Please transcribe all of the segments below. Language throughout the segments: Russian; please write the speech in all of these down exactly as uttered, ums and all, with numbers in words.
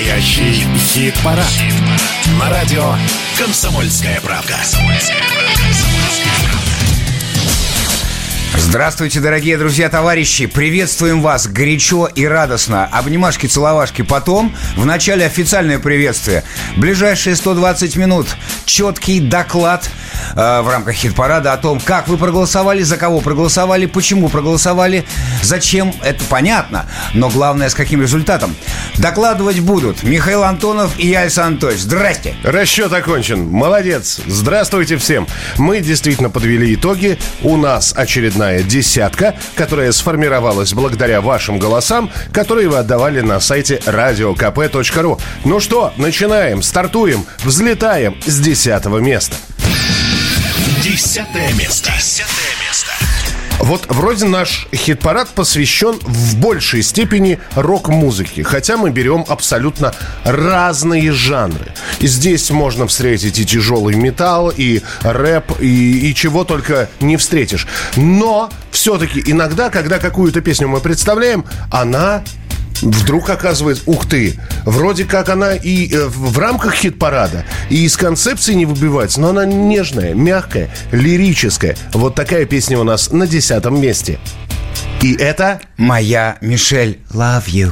Настоящий хит-парад. Хит-парад. На радио «Комсомольская правда». Здравствуйте, дорогие друзья, товарищи! Приветствуем вас горячо и радостно. Обнимашки, целовашки потом. В начале официальное приветствие. Ближайшие сто двадцать минут. Четкий доклад э, в рамках хит-парада о том, как вы проголосовали, за кого проголосовали, почему проголосовали, зачем, это понятно. Но главное, с каким результатом. Докладывать будут Михаил Антонов и я, Александр Анатольевич. Здрасте! Расчет окончен. Молодец. Здравствуйте всем. Мы действительно подвели итоги. У нас очередная десятка, которая сформировалась благодаря вашим голосам, которые вы отдавали на сайте радио ка пэ точка ру. Ну что, начинаем, стартуем, взлетаем с десятого места. Десятое место. Десятое место. Вот вроде наш хит-парад посвящен в большей степени рок-музыке, хотя мы берем абсолютно разные жанры. И здесь можно встретить и тяжелый металл, и рэп, и, и чего только не встретишь. Но все-таки иногда, когда какую-то песню мы представляем, она вдруг оказывается, ух ты, вроде как она и э, в рамках хит-парада, и из концепции не выбивается, но она нежная, мягкая, лирическая. Вот такая песня у нас на десятом месте. И это... Моя Мишель, love you.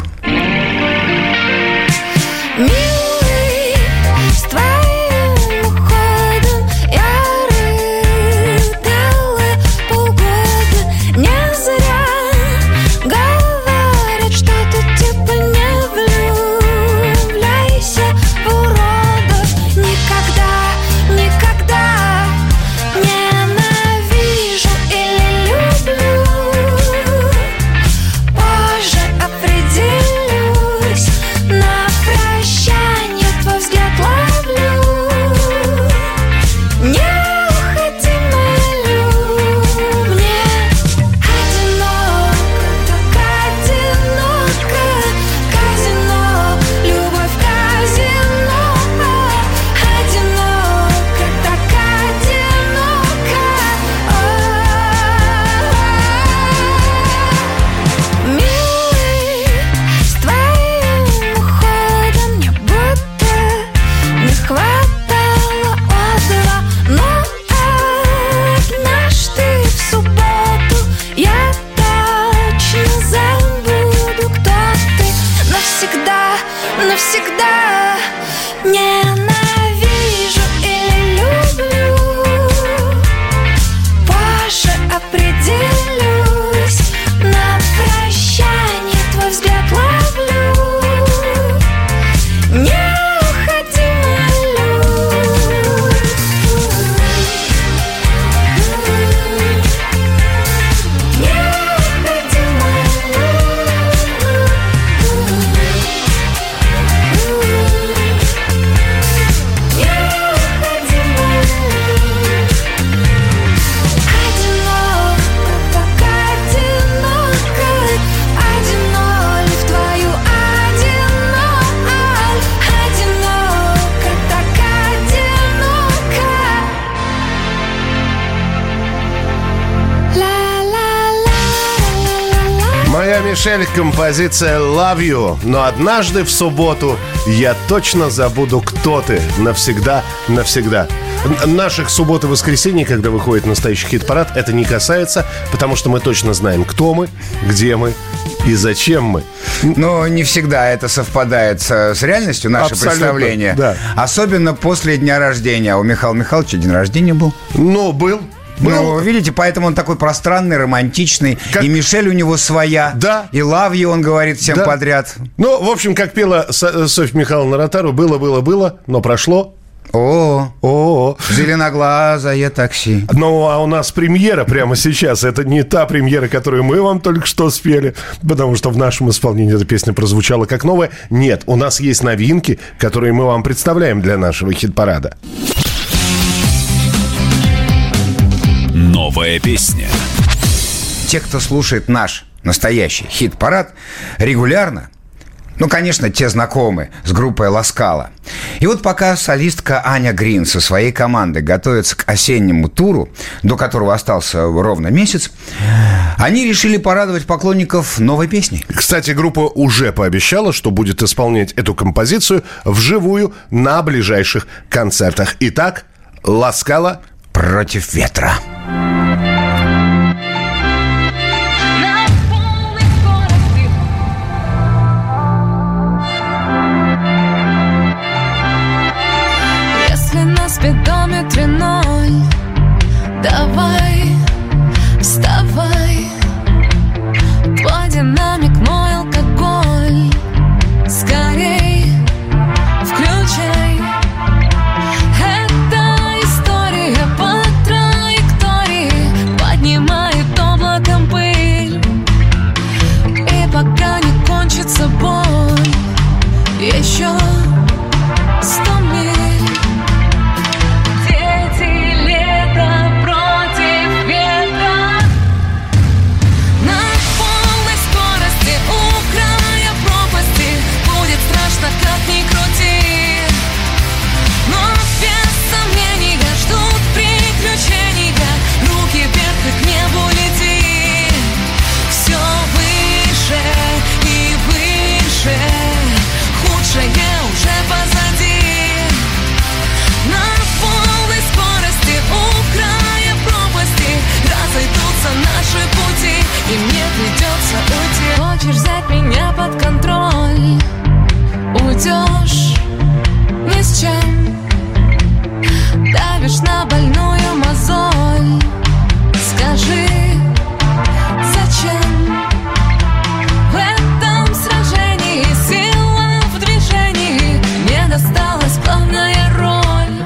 Мишель, композиция «Love You». Но однажды в субботу я точно забуду, кто ты. Навсегда, навсегда. Наших суббот и воскресений, когда выходит настоящий хит-парад, это не касается, потому что мы точно знаем, кто мы, где мы и зачем мы. Но не всегда это совпадает с, с реальностью, наше Абсолютно, представление. Да. Особенно после дня рождения. У Михаила Михайловича день рождения был. Ну, был. Ну, Был. видите, поэтому он такой пространный, романтичный. Как... И Мишель у него своя. Да. И love you он говорит всем да. подряд. Ну, в общем, как пела Со- Софья Михайловна Ротару, было, было, было, но прошло. О, О, зеленоглазое такси. Ну, а у нас премьера прямо сейчас. Это не та премьера, которую мы вам только что спели, потому что в нашем исполнении эта песня прозвучала как новая. Нет, у нас есть новинки, которые мы вам представляем для нашего хит-парада. Новая песня. Те, кто слушает наш настоящий хит-парад, регулярно, ну, конечно, те знакомы с группой «Ласкала». И вот пока солистка Аня Грин со своей командой готовится к осеннему туру, до которого остался ровно месяц, Они решили порадовать поклонников новой песней. Кстати, группа уже пообещала, что будет исполнять эту композицию вживую на ближайших концертах. Итак, «Ла Скала» против ветра. Спидометре ноль. Давай, вставай. Твой динамик, мой алкоголь. Скорей включай. Это история по траектории. Поднимает облаком пыль. И пока не кончится боль, еще сто миль. Как ни крути, но без сомнения ждут приключения. Руки вверх и к небу лети. Все выше и выше. Худшее уже позади. На полной скорости у края пропасти разойдутся наши пути, и мне придется уйти. Хочешь взять меня под контроль? Уйдешь ни с чем. Давишь на больную мозоль. Скажи, зачем? В этом сражении сила в движении. Мне досталась главная роль.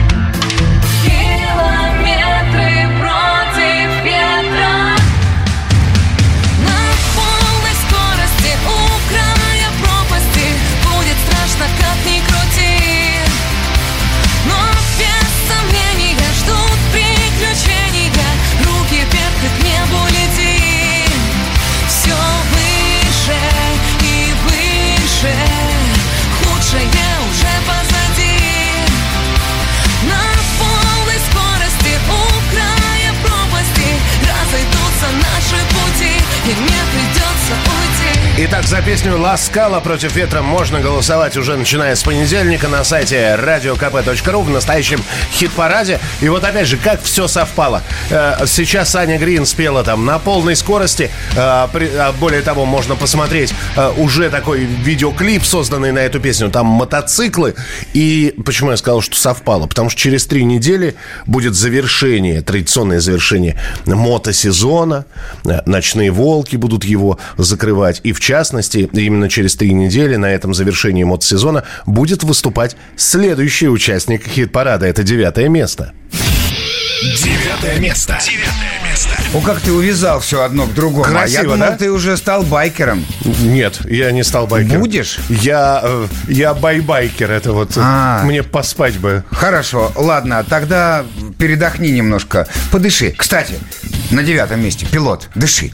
Километры против ветра. На полной скорости у края пропасти. Страшно, как ни крути, но без сомнения ждут приключения. Руки вверх и к небу лети. Все выше и выше. Худшее уже позади. На полной скорости у края пропасти разойдутся наши пути, и мне придется уйти. Итак, за песню «Ла Скала» против ветра можно голосовать уже начиная с понедельника на сайте радио ка пэ точка ру в настоящем хит-параде. И вот опять же, как все совпало. Сейчас Аня Грин спела там на полной скорости. Более того, можно посмотреть уже такой видеоклип, созданный на эту песню. Там мотоциклы. И почему я сказал, что совпало? Потому что через три недели будет завершение, традиционное завершение мотосезона. «Ночные волки» будут его закрывать. И в В частности, именно через три недели на этом завершении мотосезона будет выступать следующий участник хит-парада. Это девятое место. Девятое место. Девятое место. О, как ты увязал все одно к другому. Красиво, а я думал, да? ты уже стал байкером. Нет, я не стал байкером. Будешь? Я, э, я бай-байкер. Это вот А. мне поспать бы. Хорошо, ладно, тогда передохни немножко. Подыши. Кстати, на девятом месте пилот. Дыши.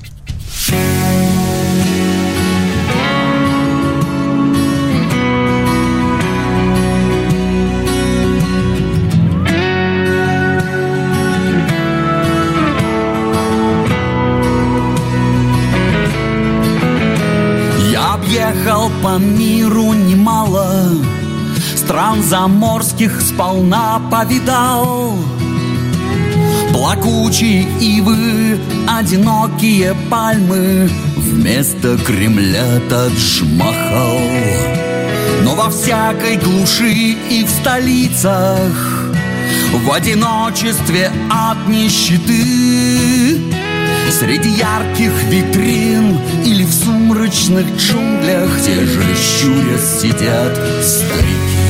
Ехал по миру немало, стран заморских сполна повидал. Плакучие ивы, одинокие пальмы, вместо Кремля Тадж-Махал. Но во всякой глуши и в столицах, в одиночестве от нищеты, среди ярких витрин или в сумрачных джунглях те же щурясь сидят старики.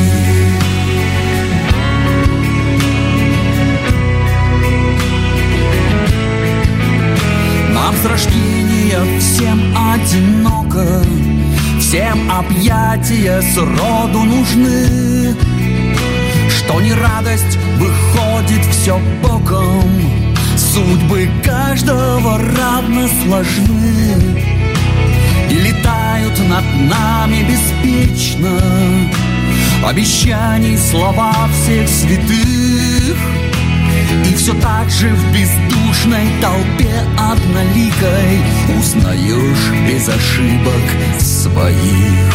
Нам с рождения всем одиноко, всем объятия сроду нужны. Что ни радость, выходит все боком, судьбы каждого равно сложны и летают над нами беспечно обещаний слова всех святых. И все так же в бездушной толпе одноликой узнаешь без ошибок своих.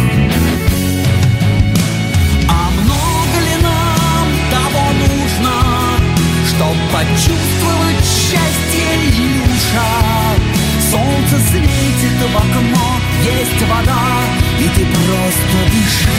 А много ли нам того нужно, чтоб почувствовать счастье, Илюша? Солнце светит в окно, есть вода, и ты просто дыши.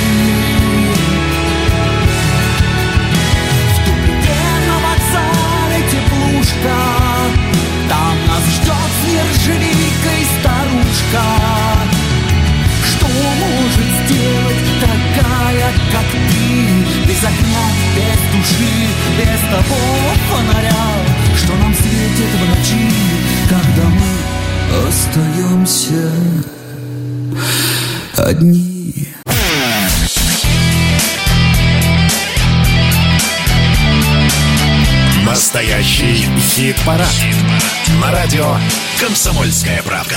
В тупике на вокзале теплушка, там нас ждет с нержавейкой старушка. Что может сделать такая, как ты, без огня, без души, без того фонаря, что нам светит в ночи, когда мы остаемся одни. Настоящий хит-парад. Хит-парад. На радио «Комсомольская правда».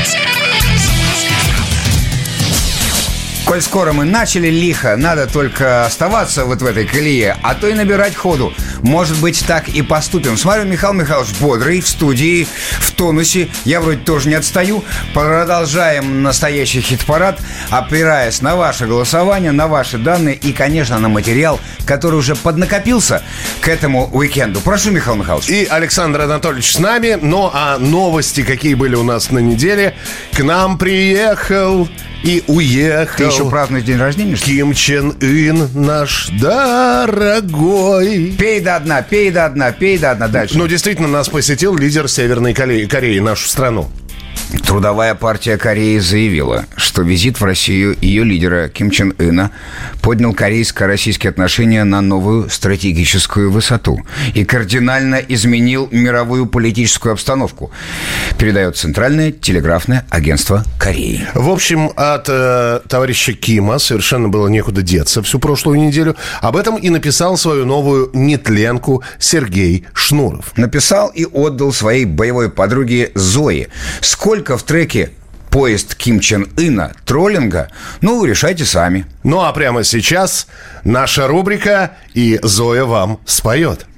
Коль скоро мы начали лихо, надо только оставаться вот в этой колее, а то и набирать ходу. Может быть, так и поступим. Смотрю, Михаил Михайлович бодрый, в студии, в тонусе. Я вроде тоже не отстаю. Продолжаем настоящий хит-парад, опираясь на ваше голосование, на ваши данные и, конечно, на материал, который уже поднакопился к этому уикенду. Прошу, Михаил Михайлович. И Александр Анатольевич с нами. Ну, а новости, какие были у нас на неделе, к нам приехал и уехал. Ты еще празднуешь день рождения, что ли? Ким Чен Ын, наш дорогой. Пей до дна, пей до дна, пей до дна. Дальше. Ну, действительно, нас посетил лидер Северной Кореи, Кореи, нашу страну. Трудовая партия Кореи заявила, что визит в Россию ее лидера Ким Чен Ына поднял корейско-российские отношения на новую стратегическую высоту и кардинально изменил мировую политическую обстановку, передает Центральное телеграфное агентство Кореи. В общем, от э, товарища Кима совершенно было некуда деться всю прошлую неделю. Об этом и написал свою новую нетленку Сергей Шнуров. Написал и отдал своей боевой подруге Зое. Сколько в треке «Поезд Ким Чен Ына» троллинга, ну, решайте сами. Ну, а прямо сейчас наша рубрика, и Зоя вам споет.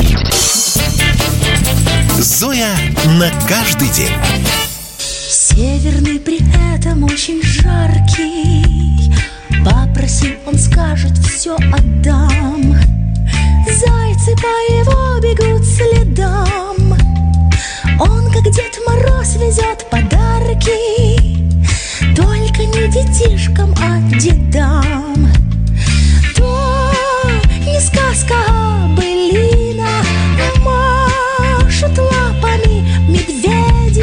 Зоя на каждый день. Северный при этом очень жаркий. Попроси, он скажет, все отдам. Зайцы по его бегут следам. Он, как Дед Мороз, везет подарки, только не детишкам, а дедам. То не сказка, а былина, машут лапами медведи.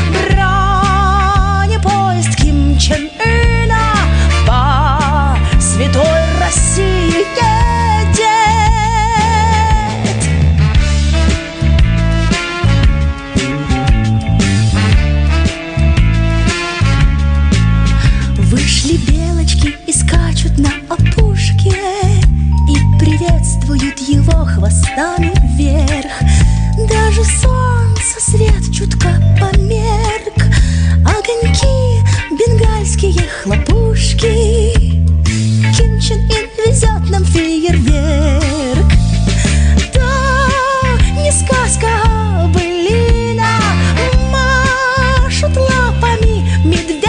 Бронепоезд Ким Чен Ына по святой России едет. Вышли белочки и скачут на опушке и приветствуют его хвостами вверх. Даже солнце свет чутка померк, огоньки, бенгальские хлопушки. Ким Чен Ын везет нам фейерверк. Да, не сказка, а былина, машут лапами медведи.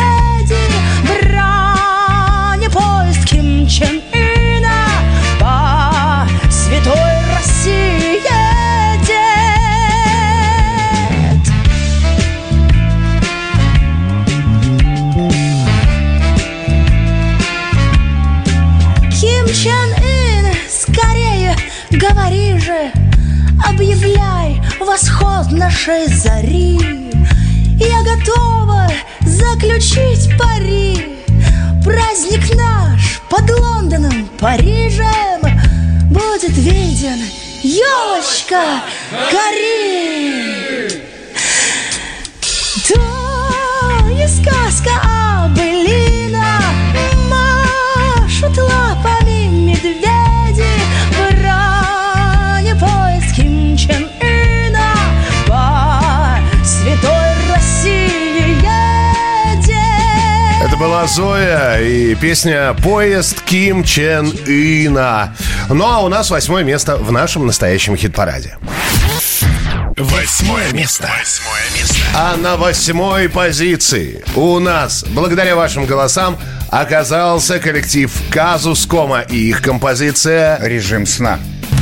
Бронепоезд Ким Чен Ына по святой России едет. Ким Чен Ын, скорее говори же, объявляй восход нашей зари. Я готова заключить пари. Праздник наш под Лондоном, Парижем будет виден. Елочка горит. Да, не сказка, а былина, машут лапами медведи. Бронепоезд Ким Чен Ына по святой России едет. Это была Зоя и песня «Поезд Ким Чен Ына». Ну а у нас восьмое место в нашем настоящем хит-параде. Восьмое место. Восьмое место. А на восьмой позиции у нас, благодаря вашим голосам, оказался коллектив Казус Кома и их композиция «Режим сна».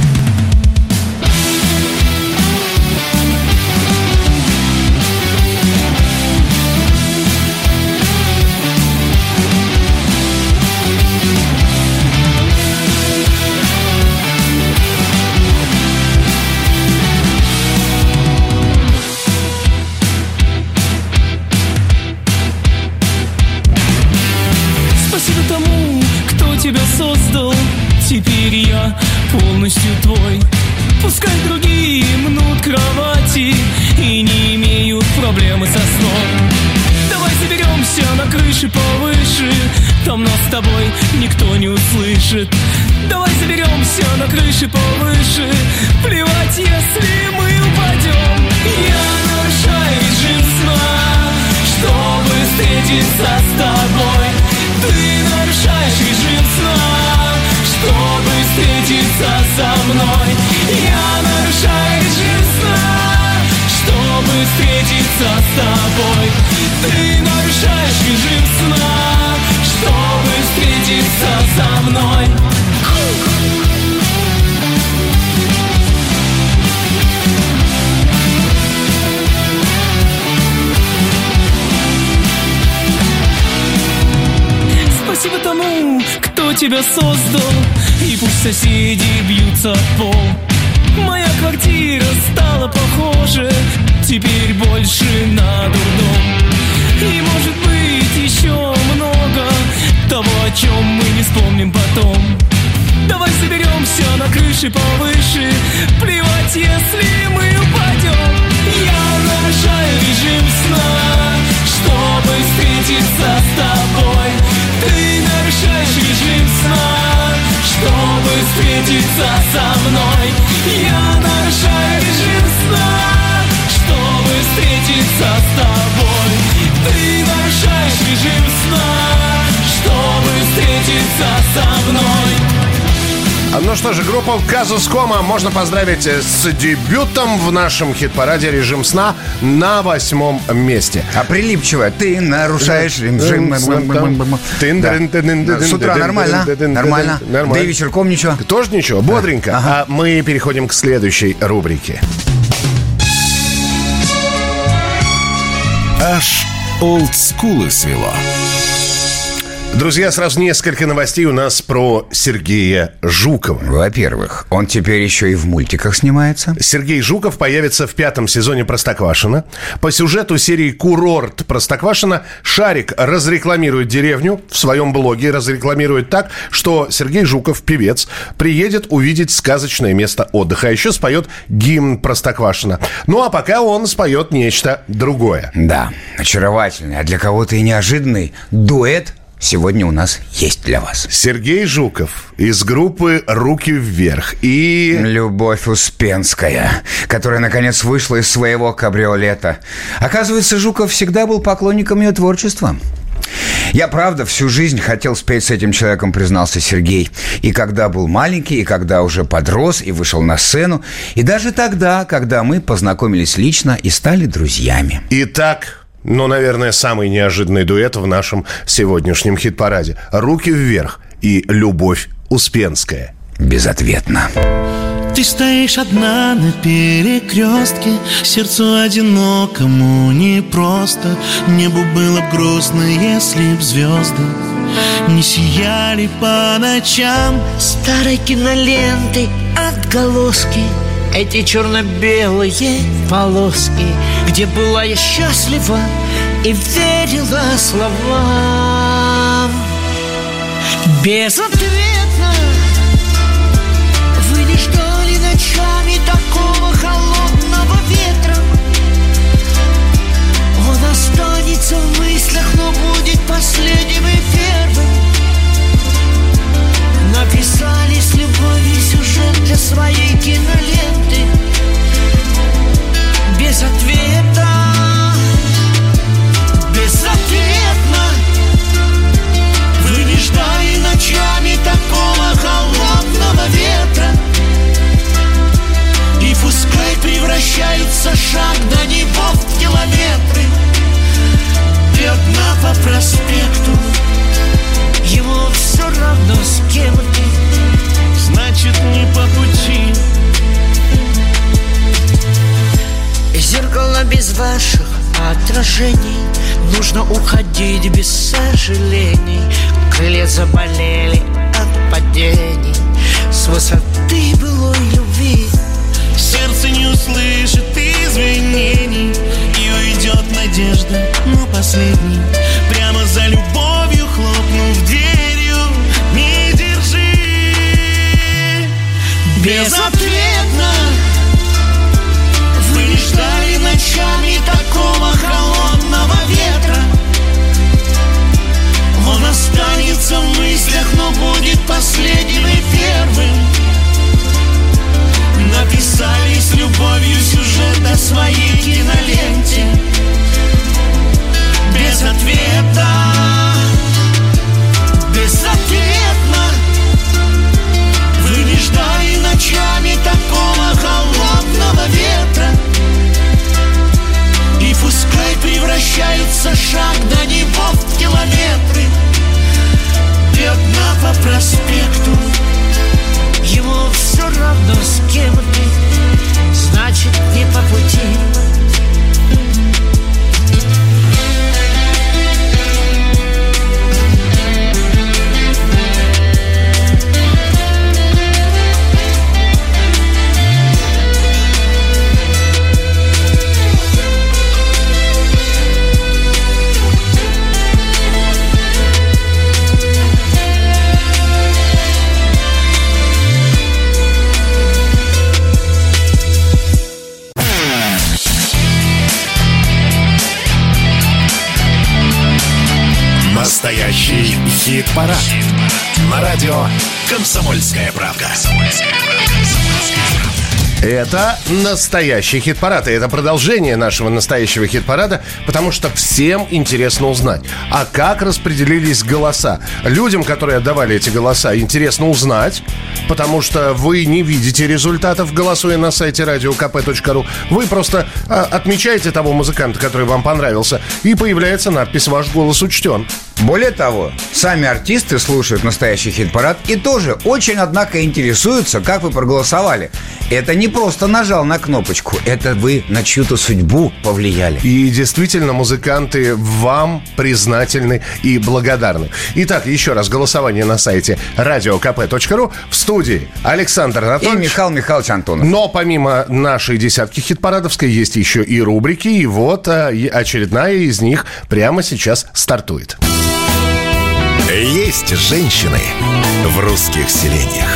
Теперь я полностью твой. Пускай другие мнут кровати и не имеют проблемы со сном. Давай заберемся на крыши повыше, там нас с тобой никто не услышит. Давай заберемся на крыши повыше, плевать, если мы упадем. Я нарушаю режим сна, чтобы встретиться с тобой. Ты нарушаешь режим сна, чтобы встретиться со мной. Я нарушаю режим сна, чтобы встретиться с тобой. Ты нарушаешь режим сна, чтобы встретиться со мной. Спасибо тому, кто тебя создал, и пусть соседи бьются в пол. Моя квартира стала похожа теперь больше на дурдом. И может быть еще много того, о чем мы не вспомним потом. Давай заберемся на крыши повыше, плевать, если мы упадем. Я нарушаю режим сна, чтобы встретиться с тобой. Ты нарушаешь режим сна, чтобы встретиться со мной. Я нарушаю режим сна, чтобы встретиться с тобой. Ты нарушаешь режим сна, чтобы встретиться со мной. Ну что же, группу Казус Кома можно поздравить с дебютом в нашем хит-параде «Режим сна» на восьмом месте. А прилипчиво, ты нарушаешь режим. С утра нормально? Нормально. Да и вечерком ничего. Тоже ничего, бодренько. А мы переходим к следующей рубрике. Аж олдскулы свело. Друзья, сразу несколько новостей у нас про Сергея Жукова. Во-первых, он теперь еще и в мультиках снимается. Сергей Жуков появится в пятом сезоне «Простоквашино». По сюжету серии «Курорт Простоквашино» Шарик разрекламирует деревню в своем блоге. Разрекламирует так, что Сергей Жуков, певец, приедет увидеть сказочное место отдыха. А еще споет гимн Простоквашино. Ну а пока он споет нечто другое. Да, очаровательный, а для кого-то и неожиданный дуэт сегодня у нас есть для вас. Сергей Жуков из группы «Руки вверх» и... Любовь Успенская, которая, наконец, вышла из своего кабриолета. Оказывается, Жуков всегда был поклонником ее творчества. Я, правда, всю жизнь хотел спеть с этим человеком, признался Сергей. И когда был маленький, и когда уже подрос и вышел на сцену, и даже тогда, когда мы познакомились лично и стали друзьями. Итак... Ну, наверное, самый неожиданный дуэт в нашем сегодняшнем хит-параде. «Руки вверх» и «Любовь Успенская». Безответно. Ты стоишь одна на перекрестке, сердцу одинокому непросто. Небу было б грустно, если б звезды не сияли по ночам. Старой киноленты отголоски, эти черно-белые полоски, где была я счастлива и верила словам. Безответно вы не ждали ночами такого холодного ветра. Он останется в мыслях, но будет последним и первым. Написали с любовью сюжет для своей киноленты. Без ответа, безответно вы не ждали ночами такого холодного ветра. отражений. Нужно уходить без сожалений. Крылья заболели от падений. С высоты былой любви сердце не услышит извинений, и уйдет надежда, но последний. Прямо за любовью хлопнув дверью, не держи. Безответно вы не ждали ночами такого холодного ветра. Он останется в мыслях, но будет последним и первым. Написали с любовью сюжет о своей киноленте. Без ответа, безответно вы не ждали ночами такого холодного ветра. И пускай превращается шаг до него в километры. И одна по проспекту, ему все равно с кем ты, значит не по пути. Настоящий хит-парад. Хит на радио «Комсомольская правда». Это настоящий хит-парад. И это продолжение нашего настоящего хит-парада, потому что всем интересно узнать, а как распределились голоса. Людям, которые отдавали эти голоса, интересно узнать, потому что вы не видите результатов, голосуя на сайте радио ка пэ точка ру. Вы просто а, отмечаете того музыканта, который вам понравился, и появляется надпись «Ваш голос учтен». Более того, сами артисты слушают настоящий хит-парад и тоже очень, однако, интересуются, как вы проголосовали. Это не просто нажал на кнопочку, это вы на чью-то судьбу повлияли. И действительно, музыканты вам признательны и благодарны. Итак, еще раз, голосование на сайте радио ка пэ точка ру. В студии Александр Анатольевич и Михаил Михайлович Антонов. Но помимо нашей десятки хит-парадовской есть еще и рубрики. И вот а, очередная из них прямо сейчас стартует. Есть женщины в русских селениях.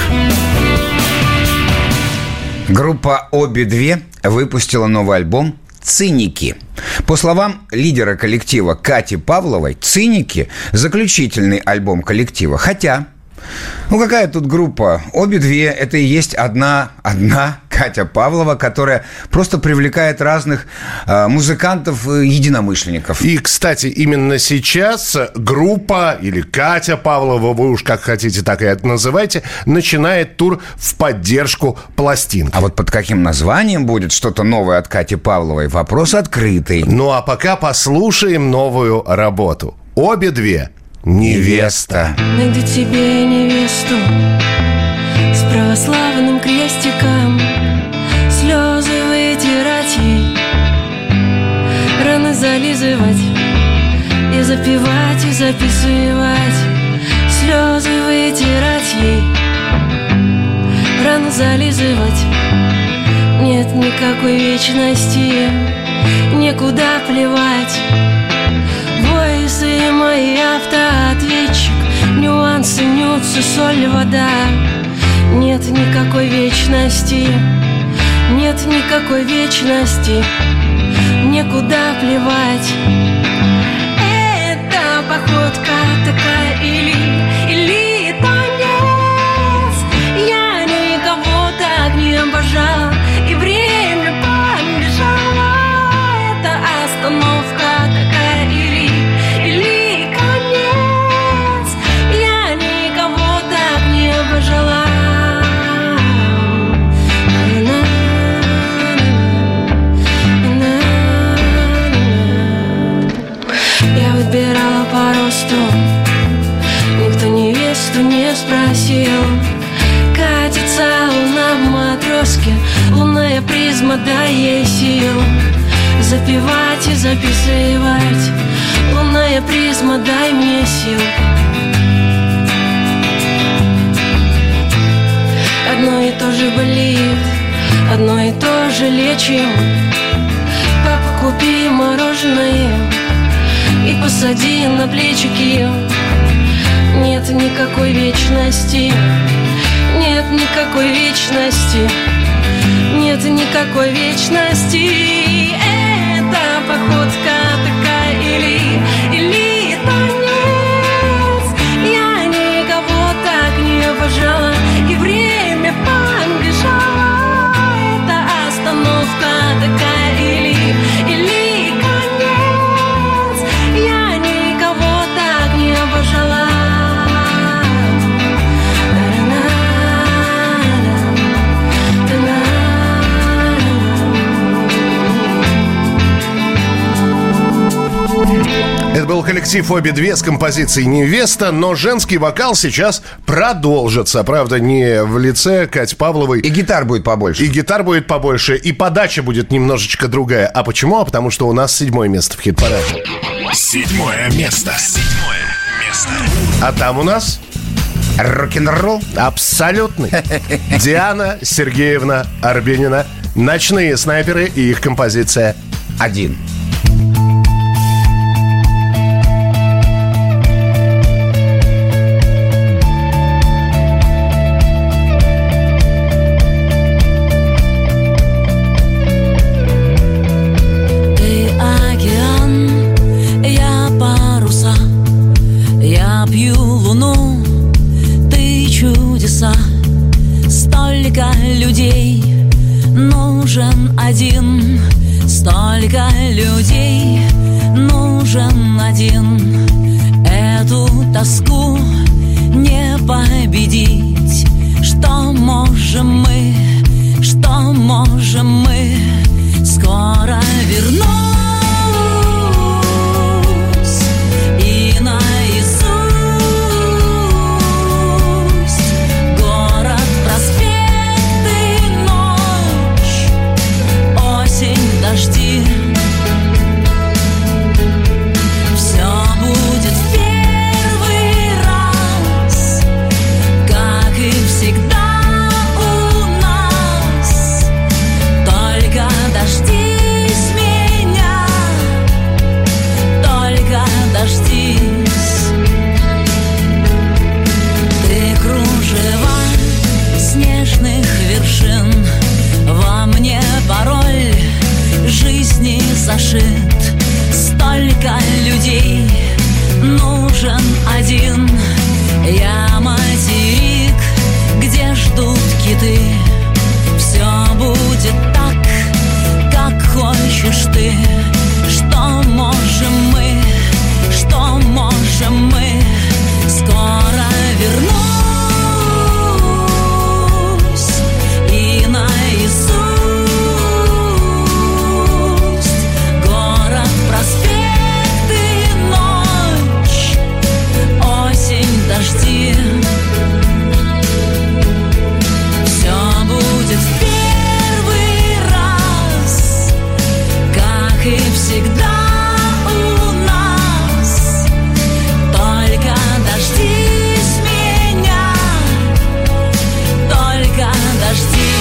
Группа «Обе две» выпустила новый альбом «Циники». По словам лидера коллектива Кати Павловой, «Циники» – заключительный альбом коллектива. Хотя, ну какая тут группа? «Обе две» – это и есть одна, одна Катя Павлова, которая просто привлекает разных э, музыкантов-единомышленников. И, кстати, именно сейчас группа, или Катя Павлова, вы уж как хотите, так и это называйте, начинает тур в поддержку пластинки. А вот под каким названием будет что-то новое от Кати Павловой? Вопрос открытый. Ну а пока послушаем новую работу. «Обе две». Невеста. Найду тебе невесту с православным крестиком, слезы вытирать ей, раны зализывать и запивать, и записывать. Слезы вытирать ей, раны зализывать. Нет никакой вечности, некуда плевать. Войсы мои, автоответчик, нюансы, нюцы, соль, вода. Нет никакой вечности, нет никакой вечности, некуда плевать. Это походка такая или, или танец. Я никого так не обожала, и время побежало. Это остановка такая или, или конец. Я никого так не обожала. Выбирала по росту, никто невесту не спросил. Катится луна в матроске, лунная призма, дай ей сил. запевать и записывать. Лунная призма, дай мне сил. Одно и то же болит, одно и то же лечим. Папа, купи мороженое и посади на плечики. Нет никакой вечности, нет никакой вечности, нет никакой вечности. Это походка такая или, или танец. Я никого так не обожала, и время побежало. Это остановка такая или, или конец. Я никого так не обожала. Это был коллектив «Обе две» с композицией «Невеста», но женский вокал сейчас продолжится. Правда, не в лице Кати Павловой. И гитар будет побольше. И гитар будет побольше, и подача будет немножечко другая. А почему? А потому что у нас седьмое место в хит-параде. Седьмое место. Седьмое место. А там у нас... Рок-н-ролл. Абсолютный. Диана Сергеевна Арбенина. «Ночные снайперы» и их композиция «Один». Столько людей, нужен один. Столько людей, нужен один. Эту тоску не победить. Что можем мы, что можем мы? Скоро вернусь и наизусть город, проспекты, ночь, осень, дожди. Все будет в первый раз, как и всегда у нас. Только дождись меня, только дождись. Ты кружева снежных вершин, во мне пароль жизни зашит. Столько людей, нужен один. Я материк, где ждут киты. Все будет так, как хочешь ты. Что можем мы, что можем мы? Скоро вернусь и наизусть город, проспекты, ночь, осень, дожди. Все будет в первый раз, как и всегда у нас. Только дождись меня, только дождись.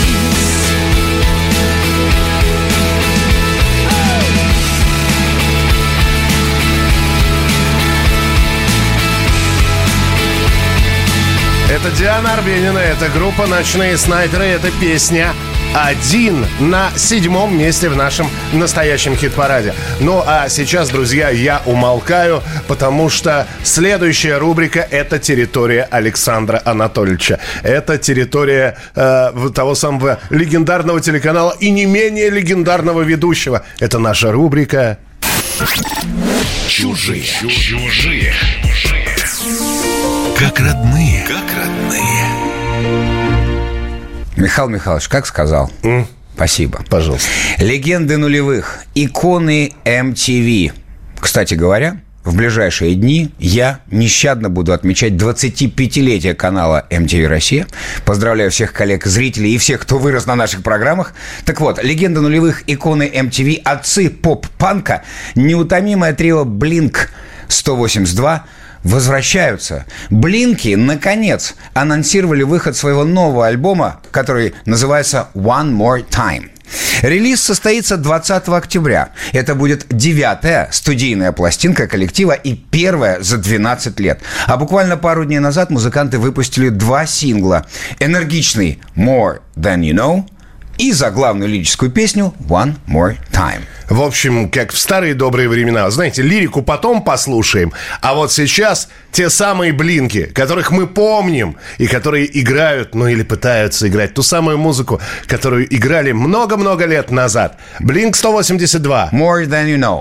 Это Диана Арбенина, это группа «Ночные снайперы», это песня «Один» на седьмом месте в нашем настоящем хит-параде. Ну а сейчас, друзья, я умолкаю, потому что следующая рубрика — это территория Александра Анатольевича. Это территория э, того самого легендарного телеканала и не менее легендарного ведущего. Это наша рубрика Чужие. Чужие. Как родные. Как родные. Михаил Михайлович, как сказал? Mm. Спасибо. Пожалуйста. Легенды нулевых, иконы эм ти ви. Кстати говоря, в ближайшие дни я нещадно буду отмечать двадцатипятилетие канала эм ти ви «Россия». Поздравляю всех коллег, зрителей и всех, кто вырос на наших программах. Так вот, легенда нулевых, иконы эм ти ви, отцы поп-панка, неутомимое трио блинк сто восемьдесят два возвращаются. Блинки, наконец, анонсировали выход своего нового альбома, который называется «One More Time». Релиз состоится двадцатого октября. Это будет девятая студийная пластинка коллектива и первая за двенадцать лет. А буквально пару дней назад музыканты выпустили два сингла. Энергичный «More Than You Know» и заглавную лирическую песню «One More Time». В общем, как в старые добрые времена. Знаете, лирику потом послушаем, а вот сейчас те самые блинки, которых мы помним и которые играют, ну или пытаются играть ту самую музыку, которую играли много-много лет назад. блинк сто восемьдесят два. «More Than You Know».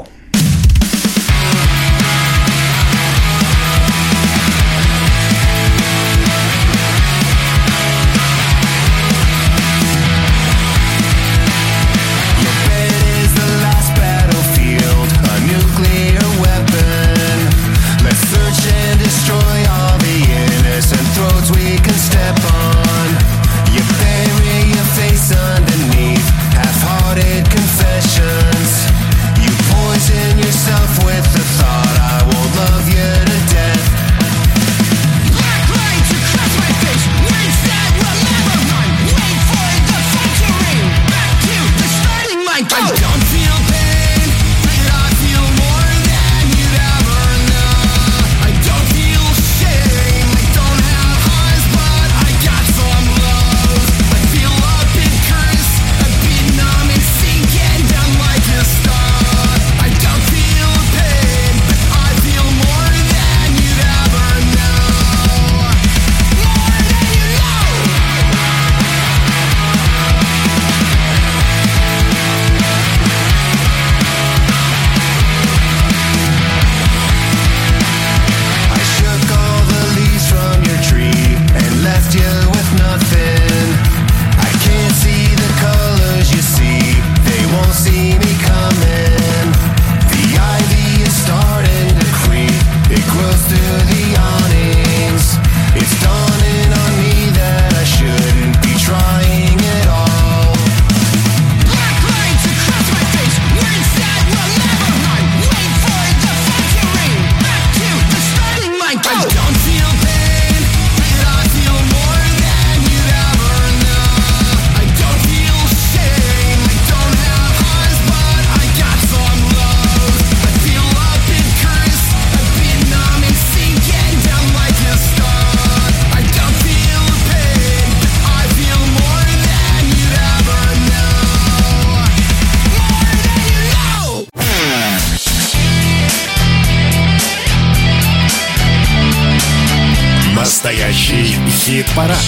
Настоящий хит-парад.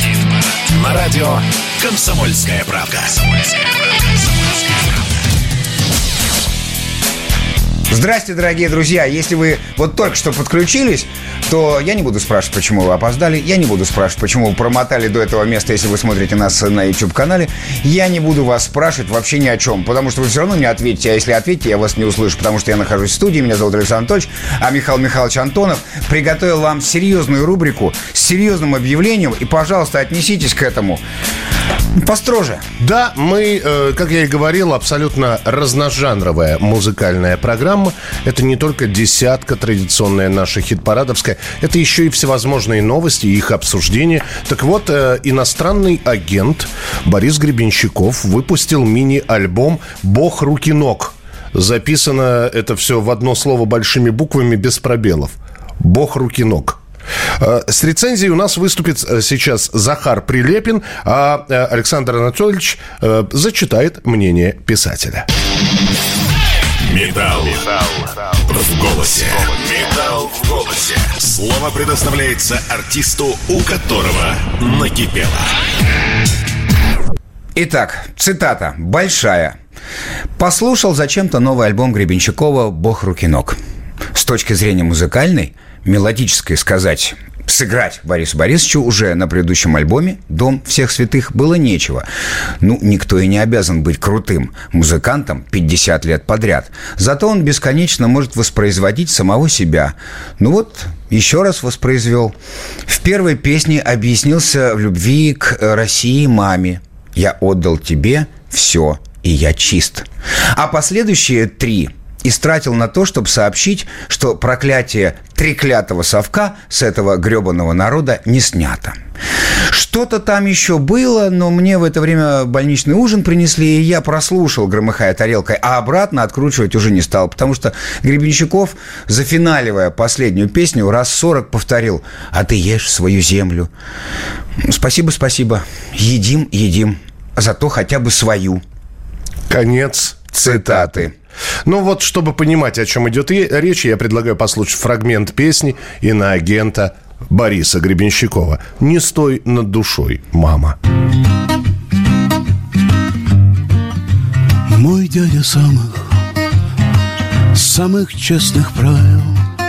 На радио «Комсомольская правда». Здрасте, дорогие друзья. Если вы вот только что подключились, то я не буду спрашивать, почему вы опоздали. Я не буду спрашивать, почему вы промотали до этого места, если вы смотрите нас на YouTube-канале. Я не буду вас спрашивать вообще ни о чем, потому что вы все равно не ответите. А если ответите, я вас не услышу, потому что я нахожусь в студии. Меня зовут Александр Анатольевич, а Михаил Михайлович Антонов приготовил вам серьезную рубрику с серьезным объявлением. И, пожалуйста, отнеситесь к этому построже. Да, мы, э, как я и говорил, абсолютно разножанровая музыкальная программа. Это не только десятка традиционная наша хит-парадовская, это еще и всевозможные новости, их обсуждение. Так вот, э, иностранный агент Борис Гребенщиков выпустил мини-альбом «Бог руки ног». Записано это все в одно слово большими буквами, без пробелов. «Бог руки ног». С рецензией у нас выступит сейчас Захар Прилепин, а Александр Анатольевич зачитает мнение писателя. Металл в голосе. Металл в голосе. Слово предоставляется артисту, у которого накипело. Итак, цитата большая. «Послушал зачем-то новый альбом Гребенщикова «Бог руки ног». С точки зрения музыкальной, мелодической сказать, сыграть Борису Борисовичу уже на предыдущем альбоме «Дом всех святых» было нечего. Ну, никто и не обязан быть крутым музыкантом пятьдесят лет подряд. Зато он бесконечно может воспроизводить самого себя. Ну вот, еще раз воспроизвел. В первой песне объяснился в любви к России маме. «Я отдал тебе все, и я чист». А последующие три истратил на то, чтобы сообщить, что проклятие треклятого совка с этого гребаного народа не снято. Что-то там еще было, но мне в это время больничный ужин принесли, и я прослушал, громыхая тарелкой, а обратно откручивать уже не стал, потому что Гребенщиков, зафиналивая последнюю песню, раз сорок повторил: «А ты ешь свою землю». Спасибо, спасибо. Едим, едим. Зато хотя бы свою. Конец цитаты. Ну вот, чтобы понимать, о чем идет речь, я предлагаю послушать фрагмент песни иноагента Бориса Гребенщикова «Не стой над душой, мама». Мой дядя самых, самых честных правил.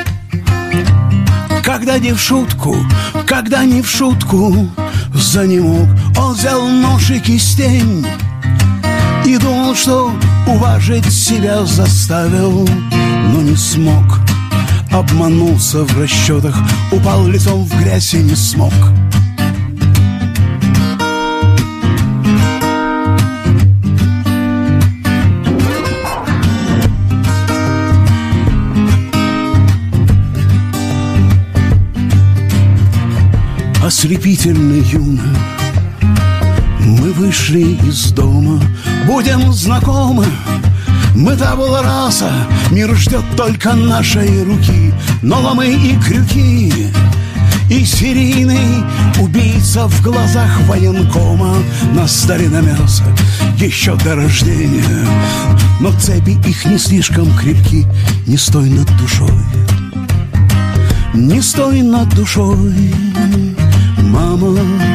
Когда не в шутку, когда не в шутку, за не мог, он взял нож и кистень и думал, что уважить себя заставил, но не смог. Обманулся в расчетах, упал лицом в грязь и не смог. Ослепительно юно мы вышли из дома. Будем знакомы, мы табула раса, мир ждет только нашей руки. Но ломы и крюки, и серийный убийца в глазах военкома нас стали на мясо еще до рождения. Но цепи их не слишком крепки. Не стой над душой, не стой над душой, мама.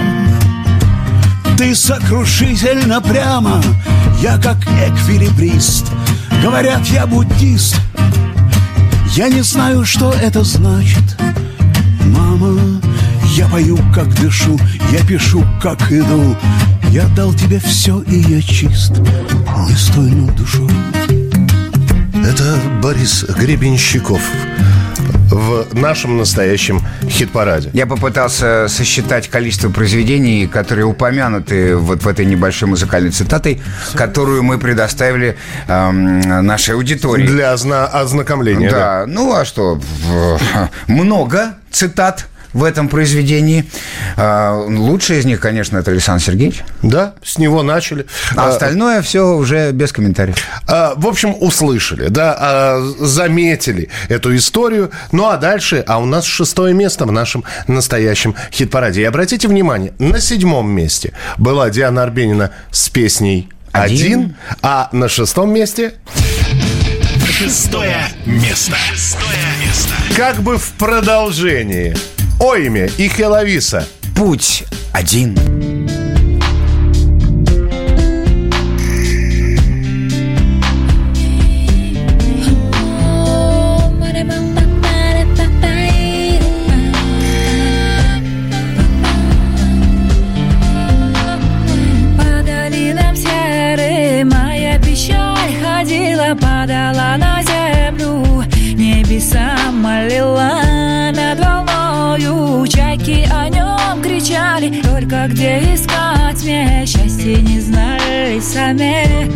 Ты сокрушительно прямо, я как эквилибрист. Говорят, я буддист. Я не знаю, что это значит, мама. Я пою, как дышу, я пишу, как иду. Я дал тебе все, и я чист. Не стой над душой. Это Борис Гребенщиков в нашем настоящем хит-параде. Я попытался сосчитать количество произведений, которые упомянуты вот в этой небольшой музыкальной цитатой, которую мы предоставили эм, нашей аудитории. Для озна- ознакомления. Да. да, ну а что? Много цитат в этом произведении. Лучший из них, конечно, это Александр Сергеевич. Да, с него начали. А остальное все уже без комментариев. В общем, услышали, да, заметили эту историю. Ну, а дальше, а у нас шестое место в нашем настоящем хит-параде. И обратите внимание, на седьмом месте была Диана Арбенина с песней «Один», Один а на шестом месте... Шестое место. Шестое место. Как бы в продолжении. Ойме и Хелависа. Путь один. По долинам серым моя печаль ходила, падала на землю, небеса молила над волною. Чайки о нем кричали, только где искать мне счастье не знали сами.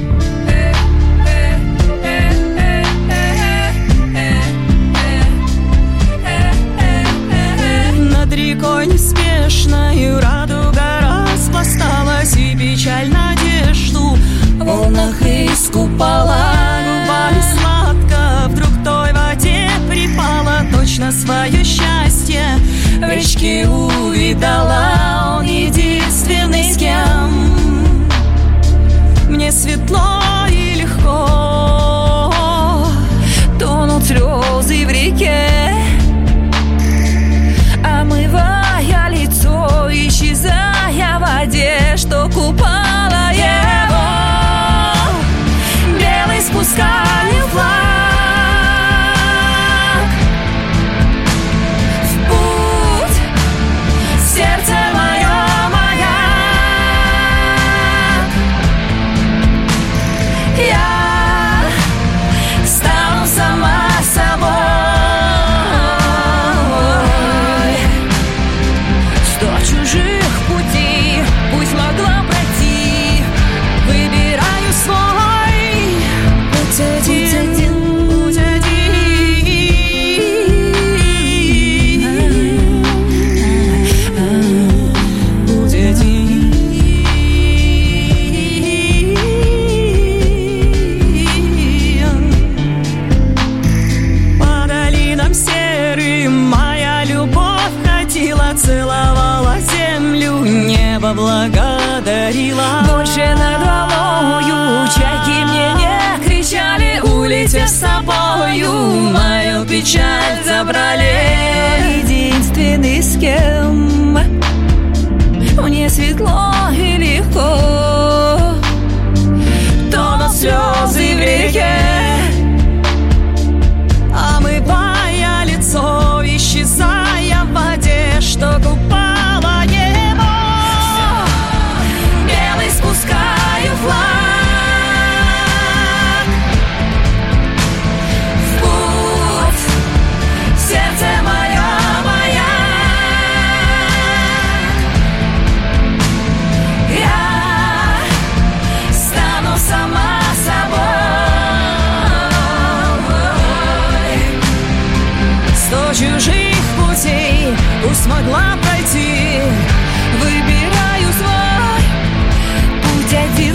Над рекой неспешною радуга распласталась, и печаль надежду в волнах искупала. Губами сладко вдруг той воде припала, точно свое счастье в речке увидала. Он единственный, с кем мне светло и легко. Тонут слезы в реке, омывая лицо, исчезая в воде, что купала его. Белый спускаю флаг в путь поблагодарила. Больше над головою чайки мне не кричали, улетев с собою мою печаль забрали. Единственный, с кем мне светло и легко, тонут слезы в реке, омывая лицо, исчезая в воде, что купала его. Белый спускаю флаг в путь, сердце мое маяк. Я стану сама собой. Сто чужих путей пусть смогла пройти, выбираю свой путь один.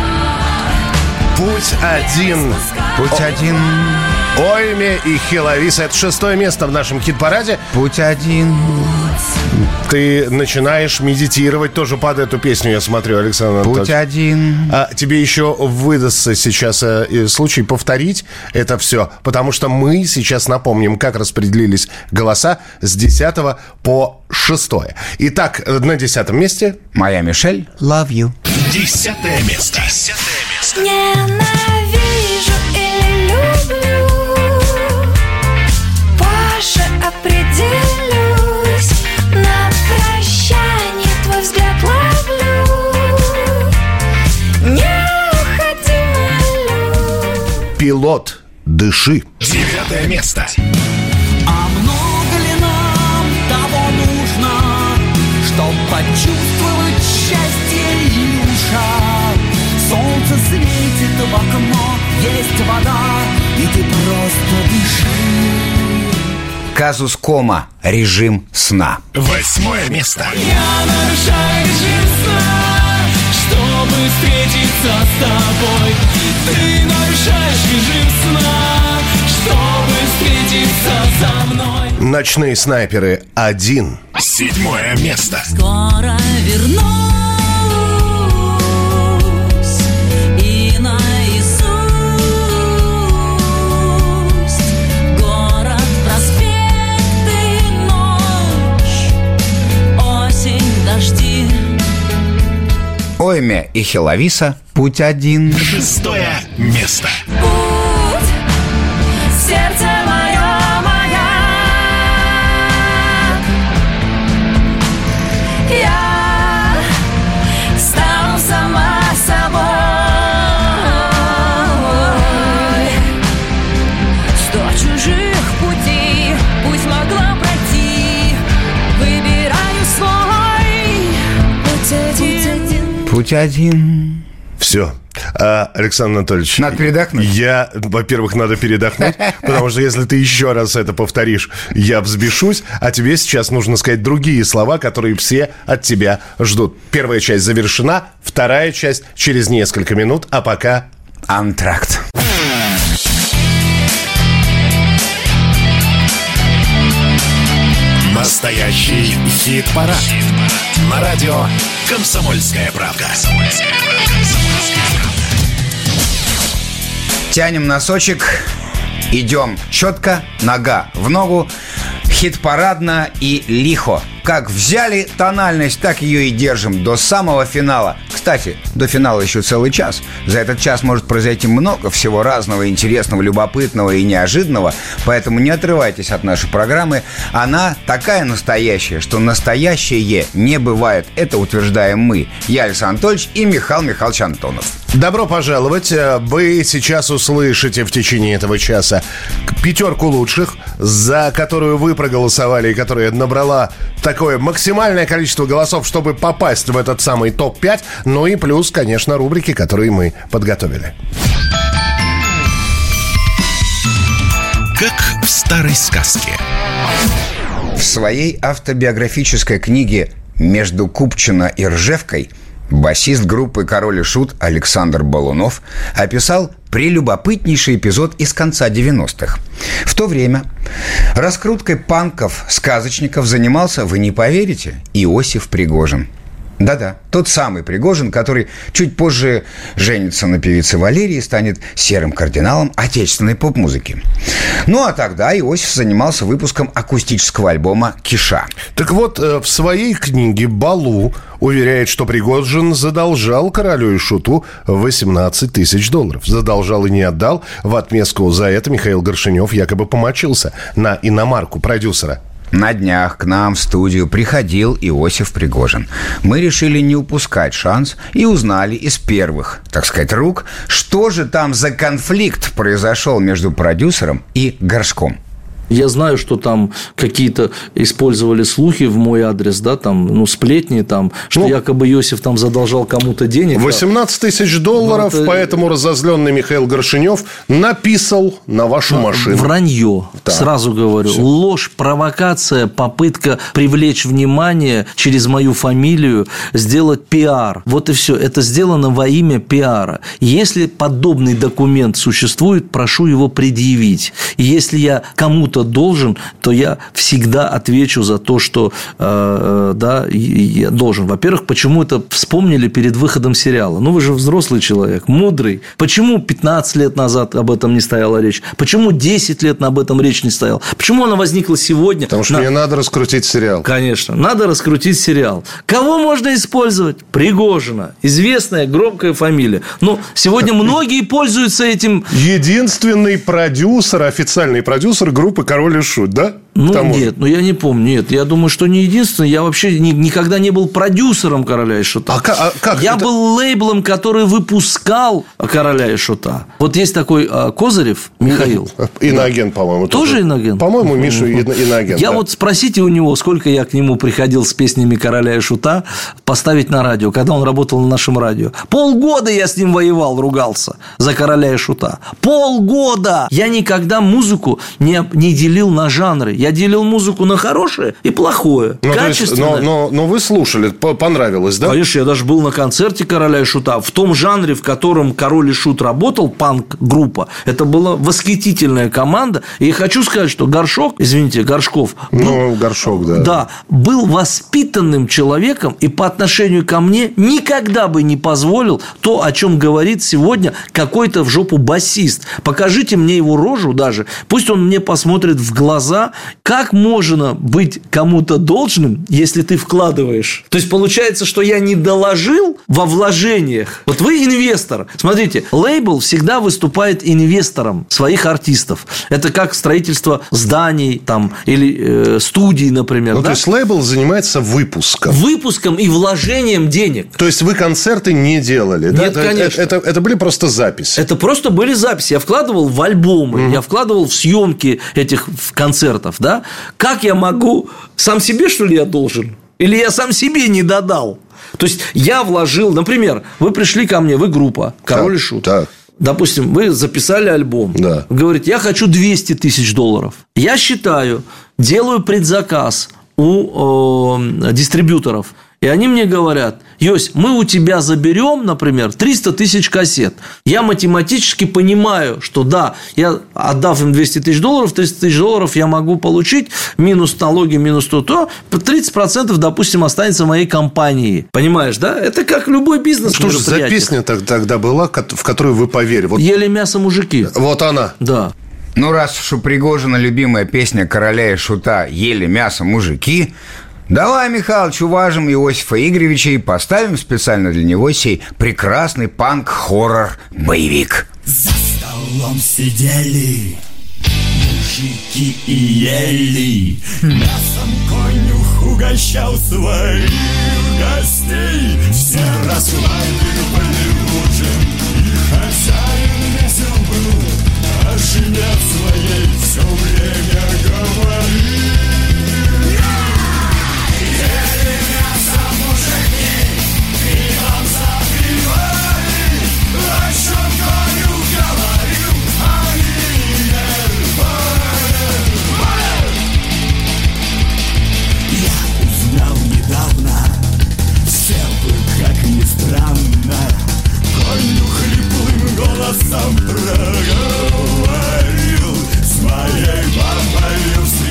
Путь один. Путь один. Ойме и Хелависа. Это шестое место в нашем хит-параде. Путь один. Ты начинаешь медитировать тоже под эту песню, я смотрю, Александр Анатольевич. Путь один. А тебе еще выдастся сейчас э, случай повторить это все, потому что мы сейчас напомним, как распределились голоса с десятого по шестое. Итак, на десятом месте... Моя Мишель, love you. Десятое место. Десятое место. Ненавижу или люблю, позже определюсь. На прощание твой взгляд ловлю, не уходи, молю. Пилот, дыши. Девятое место. А много ли нам того нужно, чтоб почувствовать счастье, Илюша? Солнце светит в окно, есть вода, и ты просто дыши. Казус Кома. Режим сна. Восьмое место. Я нарушаю режим сна, чтобы встретиться с тобой. Ты нарушаешь режим сна, чтобы встретиться со мной. Ночные снайперы один. Седьмое место. Скоро вернусь и наизусть город, проспекты, ночь, осень, дожди. Ойме и Хелависа. Путь один. Шестое место. Путь, сердце мое маяк. Я стану сама собой. Сто чужих путей пусть могла пройти, выбираю свой путь один. Путь один. Все. А, Александр Анатольевич, Надо передохнуть. Я, во-первых, надо передохнуть, потому что если ты еще раз это повторишь, я взбешусь, а тебе сейчас нужно сказать другие слова, которые все от тебя ждут. Первая часть завершена, вторая часть через несколько минут, а пока... Антракт. Настоящий хит-парад. Хит-парад. На радио «Комсомольская правда». Тянем носочек, идем четко, нога в ногу, хит-парадно и лихо. Как взяли тональность, так ее и держим до самого финала. Кстати, до финала еще целый час. За этот час может произойти много всего разного, интересного, любопытного и неожиданного. Поэтому не отрывайтесь от нашей программы. Она такая настоящая, что настоящее не бывает. Это утверждаем мы. Я, Александр Анатольевич, и Михаил Михайлович Антонов. Добро пожаловать. Вы сейчас услышите в течение этого часа пятерку лучших, за которую вы проголосовали и которая набрала такое максимальное количество голосов, чтобы попасть в этот самый топ пять. Ну и плюс, конечно, рубрики, которые мы подготовили. Как в старой сказке. В своей автобиографической книге «Между Купчино и Ржевкой» басист группы «Король и Шут» Александр Балунов описал прелюбопытнейший эпизод из конца девяностых. В то время раскруткой панков-сказочников занимался, вы не поверите, Иосиф Пригожин. Да-да, тот самый Пригожин, который чуть позже женится на певице Валерии и станет серым кардиналом отечественной поп-музыки. Ну, а тогда Иосиф занимался выпуском акустического альбома «Киша». Так вот, в своей книге Балу уверяет, что Пригожин задолжал королю и шуту восемнадцать тысяч долларов. Задолжал и не отдал. В отместку за это Михаил Горшенев якобы помочился на иномарку продюсера. На днях к нам в студию приходил Иосиф Пригожин. Мы решили не упускать шанс и узнали из первых, так сказать, рук, что же там за конфликт произошел между продюсером и Горшком. Я знаю, что там какие-то использовали слухи в мой адрес, да, там, ну, сплетни, там, что ну, якобы Иосиф там задолжал кому-то денег. восемнадцать тысяч долларов, ну, это... поэтому разозленный Михаил Горшенев написал на вашу ну, машину. Вранье, да. Сразу говорю. Все. Ложь, провокация, попытка привлечь внимание через мою фамилию, сделать пиар. Вот и все. Это сделано во имя пиара. Если подобный документ существует, прошу его предъявить. И если я кому-то должен, то я всегда отвечу за то, что э, да, я должен. Во-первых, почему это вспомнили перед выходом сериала? Ну, вы же взрослый человек, мудрый. Почему пятнадцать лет назад об этом не стояла речь? Почему десять лет об этом речь не стояла? Почему она возникла сегодня? Потому что На... мне надо раскрутить сериал. Конечно, надо раскрутить сериал. Кого можно использовать? Пригожина. Известная, громкая фамилия. Ну, сегодня многие пользуются этим. Единственный продюсер, официальный продюсер группы «Король и Шут», да? Ну, нет, ну я не помню, нет. Я думаю, что не единственный. Я вообще ни, никогда не был продюсером «Короля и Шута». А, а как? Я это... был лейблом, который выпускал «Короля и Шута». Вот есть такой а, Козырев Михаил. Иноагент, да. По-моему. Тоже, тоже иноагент? По-моему, Миша иноагент. Я да. вот спросите у него, сколько я к нему приходил с песнями «Короля и Шута» поставить на радио, когда он работал на нашем радио. Полгода я с ним воевал, ругался за «Короля и Шута». Полгода! Я никогда музыку не, не делил на жанры. Я делил музыку на хорошее и плохое. Ну, качественное. Есть, но, но, но вы слушали, понравилось, да? Конечно, я даже был на концерте «Короля и Шута». В том жанре, в котором «Король и Шут» работал, панк-группа, это была восхитительная команда. И хочу сказать, что Горшок, извините, Горшков... Был, ну, Горшок, да. Да, был воспитанным человеком и по отношению ко мне никогда бы не позволил то, о чем говорит сегодня какой-то в жопу басист. Покажите мне его рожу даже, пусть он мне посмотрит в глаза. Как можно быть кому-то должным, если ты вкладываешь? То есть, получается, что я не доложил во вложениях. Вот вы инвестор. Смотрите, лейбл всегда выступает инвестором своих артистов. Это как строительство зданий там, или э, студий, например. Ну, да? То есть, лейбл занимается выпуском. Выпуском и вложением денег. То есть, вы концерты не делали? Нет, да? конечно. Это, это, это были просто записи? Это просто были записи. Я вкладывал в альбомы, mm-hmm. я вкладывал в съемки этих концертов. Да? Как я могу... Сам себе, что ли, я должен? Или я сам себе не додал? То есть, я вложил... Например, вы пришли ко мне, вы группа «Король и Шут». Так. Допустим, вы записали альбом. Да. Вы говорите, я хочу двести тысяч долларов. Я считаю, делаю предзаказ у э, дистрибьюторов. И они мне говорят: Йось, мы у тебя заберем, например, триста тысяч кассет. Я математически понимаю, что да, я, отдав им двести тысяч долларов, триста тысяч долларов я могу получить, минус налоги, минус то, то, тридцать процентов, допустим, останется в моей компании. Понимаешь, да? Это как любой бизнес. Что же за песня тогда была, в которую вы поверили? Вот... «Ели мясо мужики». Вот она. Да. Ну, раз уж у Пригожина любимая песня «Короля и Шута» «Ели мясо мужики», давай, Михалыч, уважим Иосифа Игоревича и поставим специально для него сей прекрасный панк-хоррор-боевик. За столом сидели мужики и ели, мясом конюх угощал своих гостей. Все расхваливали ужин, и хозяин весел был, о жене своей все время говорил. Странно, конюх хриплым голосом проговорил: с моей бабой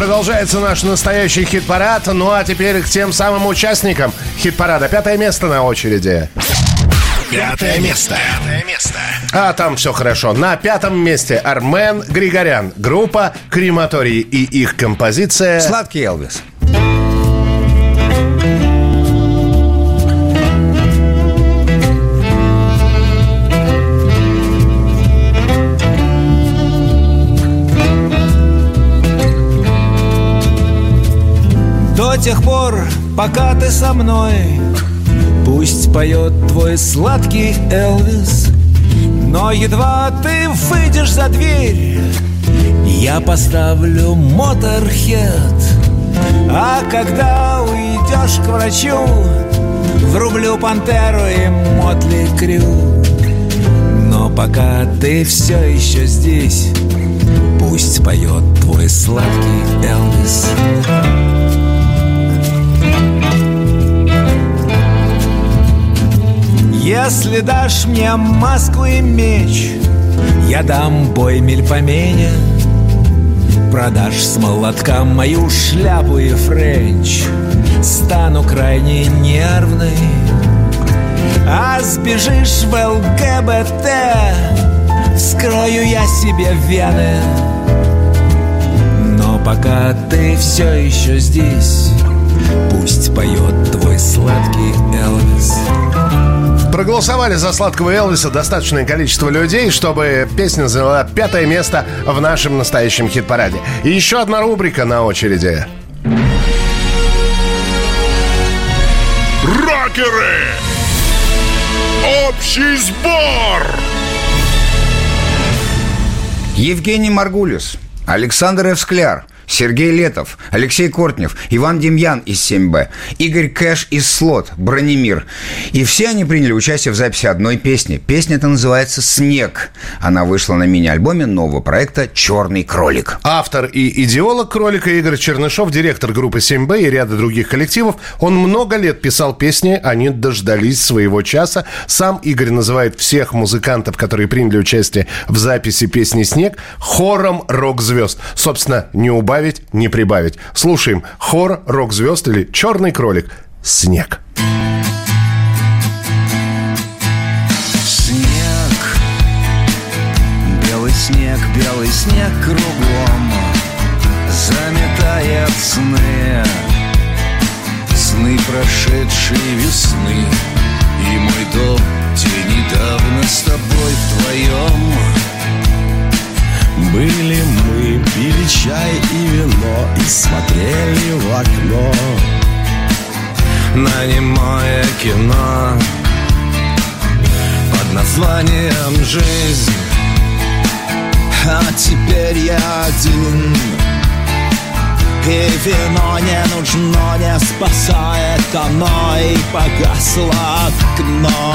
Продолжается наш настоящий хит-парад. Ну а теперь к тем самым участникам хит-парада. Пятое место на очереди. Пятое место. Пятое место. А там все хорошо. На пятом месте Армен Григорян. Группа «Крематорий» и их композиция «Сладкий Элвис». До тех пор, пока ты со мной, пусть поет твой сладкий Элвис. Но едва ты выйдешь за дверь, я поставлю Моторхед. А когда уйдешь к врачу, врублю Пантеру и Мотли Крю. Но пока ты все еще здесь, пусть поет твой сладкий Элвис. Если дашь мне маску и меч, я дам бой Мельпомене. Продашь с молотка мою шляпу и френч, стану крайне нервной. А сбежишь в ЛГБТ, вскрою я себе вены. Но пока ты все еще здесь, пусть поет твой сладкий Элвис. Проголосовали за сладкого Элвиса достаточное количество людей, чтобы песня заняла пятое место в нашем настоящем хит-параде. И еще одна рубрика на очереди. Рокеры! Общий сбор! Евгений Маргулис, Александр Эвскляр, Сергей Летов, Алексей Кортнев, Иван Демьян из семь бэ, Игорь Кэш из Слот, Бронемир. И все они приняли участие в записи одной песни. Песня эта называется «Снег». Она вышла на мини-альбоме нового проекта «Черный кролик». Автор и идеолог кролика Игорь Чернышов, директор группы семь бэ и ряда других коллективов. Он много лет писал песни, они дождались своего часа. Сам Игорь называет всех музыкантов, которые приняли участие в записи песни «Снег», хором рок-звезд. Собственно, не убавить, не прибавить. Слушаем хор рок-звезд или «Черный кролик». «Снег». Снег, белый снег, белый снег кругом заметает сны, сны прошедшей весны. И мой дом, где недавно с тобой вдвоем были мы, пили чай и вино и смотрели в окно на немое кино под названием «Жизнь». А теперь я один, и вино не нужно, не спасает оно, и погасло окно.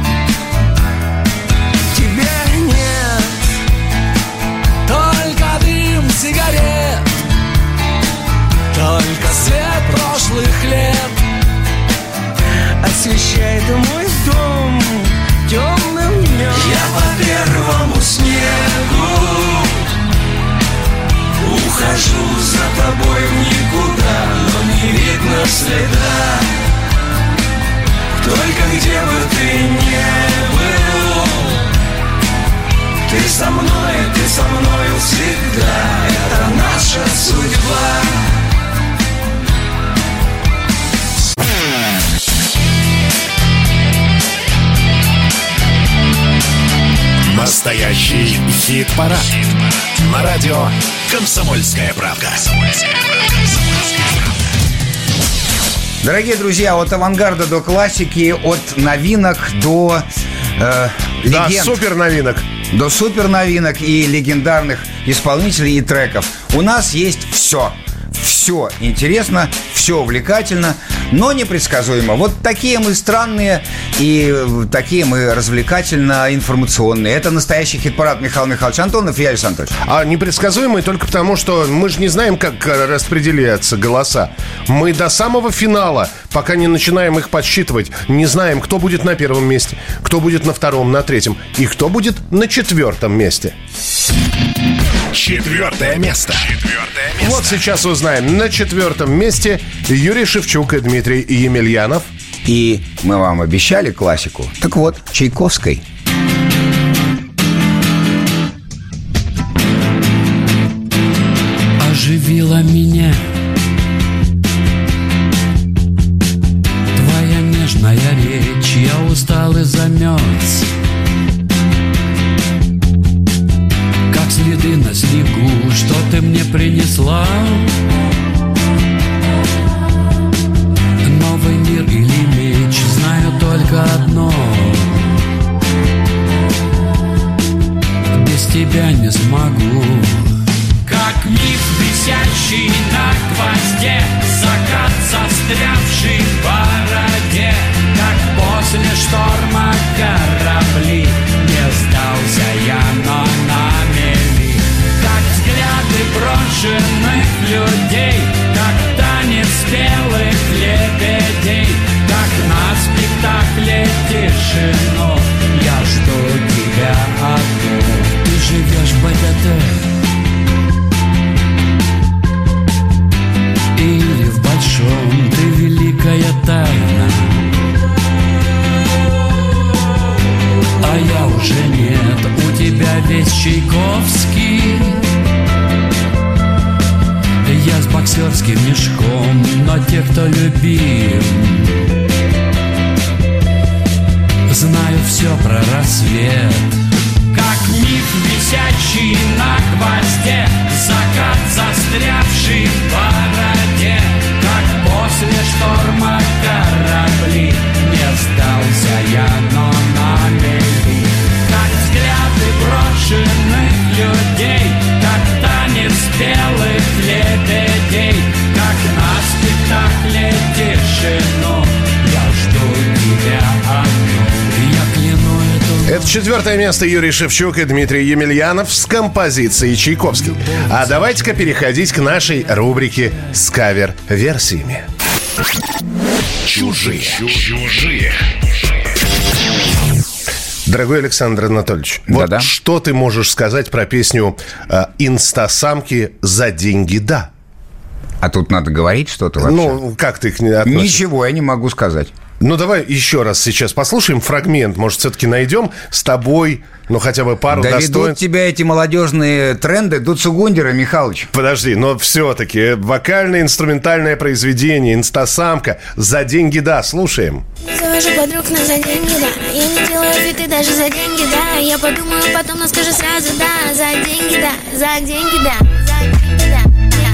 Тебе нет, только дым сигарет, только свет прошлых лет освещает мой дом темным днем. Я по первому снегу ухожу за тобой в никуда, но не видно следа. Только где бы ты ни был, ты со мной, ты со мною всегда. Это наша судьба. Настоящий хит-парад. Хит-парад. На радио «Комсомольская правда». Дорогие друзья, от авангарда до классики, от новинок до э, легенд. Да, супер новинок. До супер новинок и легендарных исполнителей и треков. У нас есть все. Все интересно, все увлекательно, но непредсказуемо. Вот такие мы странные и такие мы развлекательно-информационные. Это настоящий хит-парад. Михаил Михайлович Антонов и Александр Анатольевич. А непредсказуемые только потому, что мы же не знаем, как распределяются голоса. Мы до самого финала, пока не начинаем их подсчитывать, не знаем, кто будет на первом месте, кто будет на втором, на третьем и кто будет на четвертом месте. Четвертое место. Четвертое место. Вот сейчас узнаем. На четвертом месте Юрий Шевчук и Дмитрий Емельянов. И мы вам обещали классику. Так вот, Чайковской. Оживила меня твоя нежная речь. Я устал и замерз, как следы на снегу, что ты мне принесла. Новый мир или меч, знаю только одно: без тебя не смогу. Как миф, висящий на гвозде, закат, застрявший в бороде. Как после шторма корабли, не сдался я, но на мели. Как взгляды брошенных людей, как танец белых лебедей. Как на спектакле тишину, я жду тебя одну. Ты живешь в БДТ или в большом, ты великая тайна, а я уже нет, у тебя весь Чайковский. Я с боксерским мешком, но те, кто любим, знаю все про рассвет. Как миф, висящий на гвозде, закат, застрявший в бороде. Как после шторма корабли, не сдался я, но на мели. Как взгляды брошенных людей, как танец белых лебедей. Как на спектакле тишину, я жду тебя одну. Я кляну эту... Это четвертое место Юрий Шевчук и Дмитрий Емельянов с композицией Чайковский. А давайте-ка переходить к нашей рубрике с кавер-версиями. Чужие. Чужие. Дорогой Александр Анатольевич, вот Да-да. что ты можешь сказать про песню э, «Инстасамки за деньги, да»? А тут надо говорить что-то вообще? Ну, как ты к ней относишься? Ничего я не могу сказать. Ну, давай еще раз сейчас послушаем фрагмент. Может, все-таки найдем с тобой, ну, хотя бы пару Да достоинств. ведут тебя эти молодежные тренды до Цугундера, Михалыч. Подожди, но все-таки вокальное инструментальное произведение «Инстасамка» за деньги, да, слушаем. Завожу подруг, но за деньги, да. Я не делаю фиты даже за деньги, да. Я подумаю потом, но скажу сразу, да. За деньги, да, за деньги, да. За деньги, да.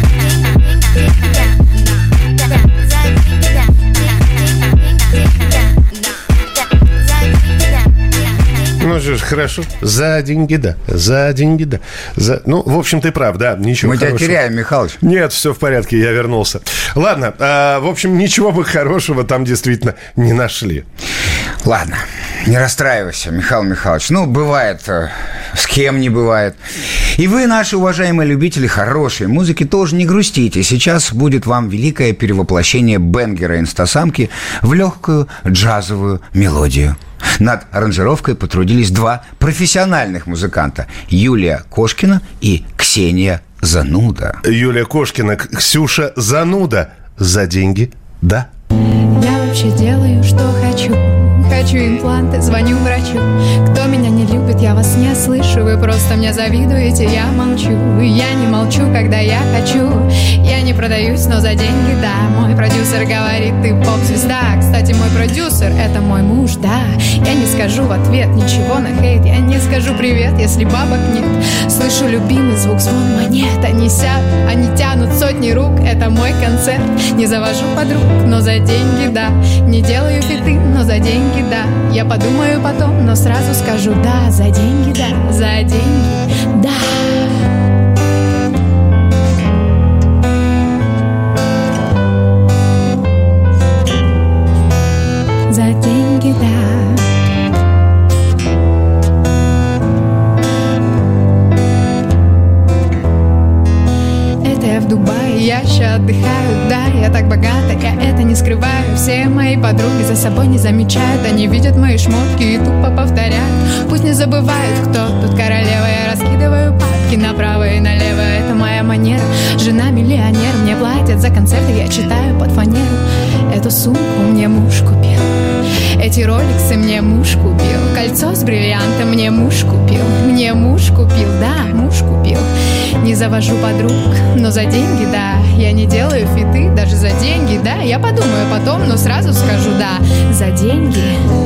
Ну, же ж, хорошо. За деньги, да. За деньги, да. За... Ну, в общем, ты прав, да. Ничего Мы хорошего. тебя теряем, Михалыч. Нет, все в порядке, я вернулся. Ладно, а, в общем, ничего бы хорошего там действительно не нашли. Ладно, не расстраивайся, Михаил Михайлович. Ну, бывает, э, с кем не бывает. И вы, наши уважаемые любители хорошей музыки, тоже не грустите. Сейчас будет вам великое перевоплощение бенгера «Инстасамки» в легкую джазовую мелодию. Над аранжировкой потрудились два профессиональных музыканта – Юлия Кошкина и Ксения Зануда. Юлия Кошкина, Ксюша Зануда. За деньги, да. Я вообще делаю, что хочу. Хочу импланты, звоню врачу. Кто меня не любит, я вас не слышу. Вы просто мне завидуете, я молчу. Я не молчу, когда я хочу. Я не продаюсь, но за деньги, да. Мой продюсер говорит, ты поп-звезда. Кстати, мой продюсер, это мой муж, да. Я не скажу в ответ ничего на хейт. Я не скажу привет, если бабок нет. Слышу любимый звук, звон монет. Они сядут, они тянут сотни рук. Это мой концерт. Не завожу подруг, но за деньги, да. Не делаю фиты, но за деньги, да. Я подумаю потом, но сразу скажу да. За деньги, да, за деньги, да. За деньги, да. Это я в Дубае, я ща отдыхаю, да. Я так богата, я это не скрываю. Все мои подруги за собой не замечают. Они видят мои шмотки и тупо повторяют. Пусть не забывают, кто тут королева. Я раскидываю пак Ставки направо и налево, это моя манера. Жена миллионер, мне платят за концерты, я читаю под фанеру. Эту сумку мне муж купил, эти роликсы мне муж купил, кольцо с бриллиантом мне муж купил, мне муж купил, да, муж купил. Не завожу подруг, но за деньги, да. Я не делаю фиты, даже за деньги, да. Я подумаю потом, но сразу скажу, да. За деньги,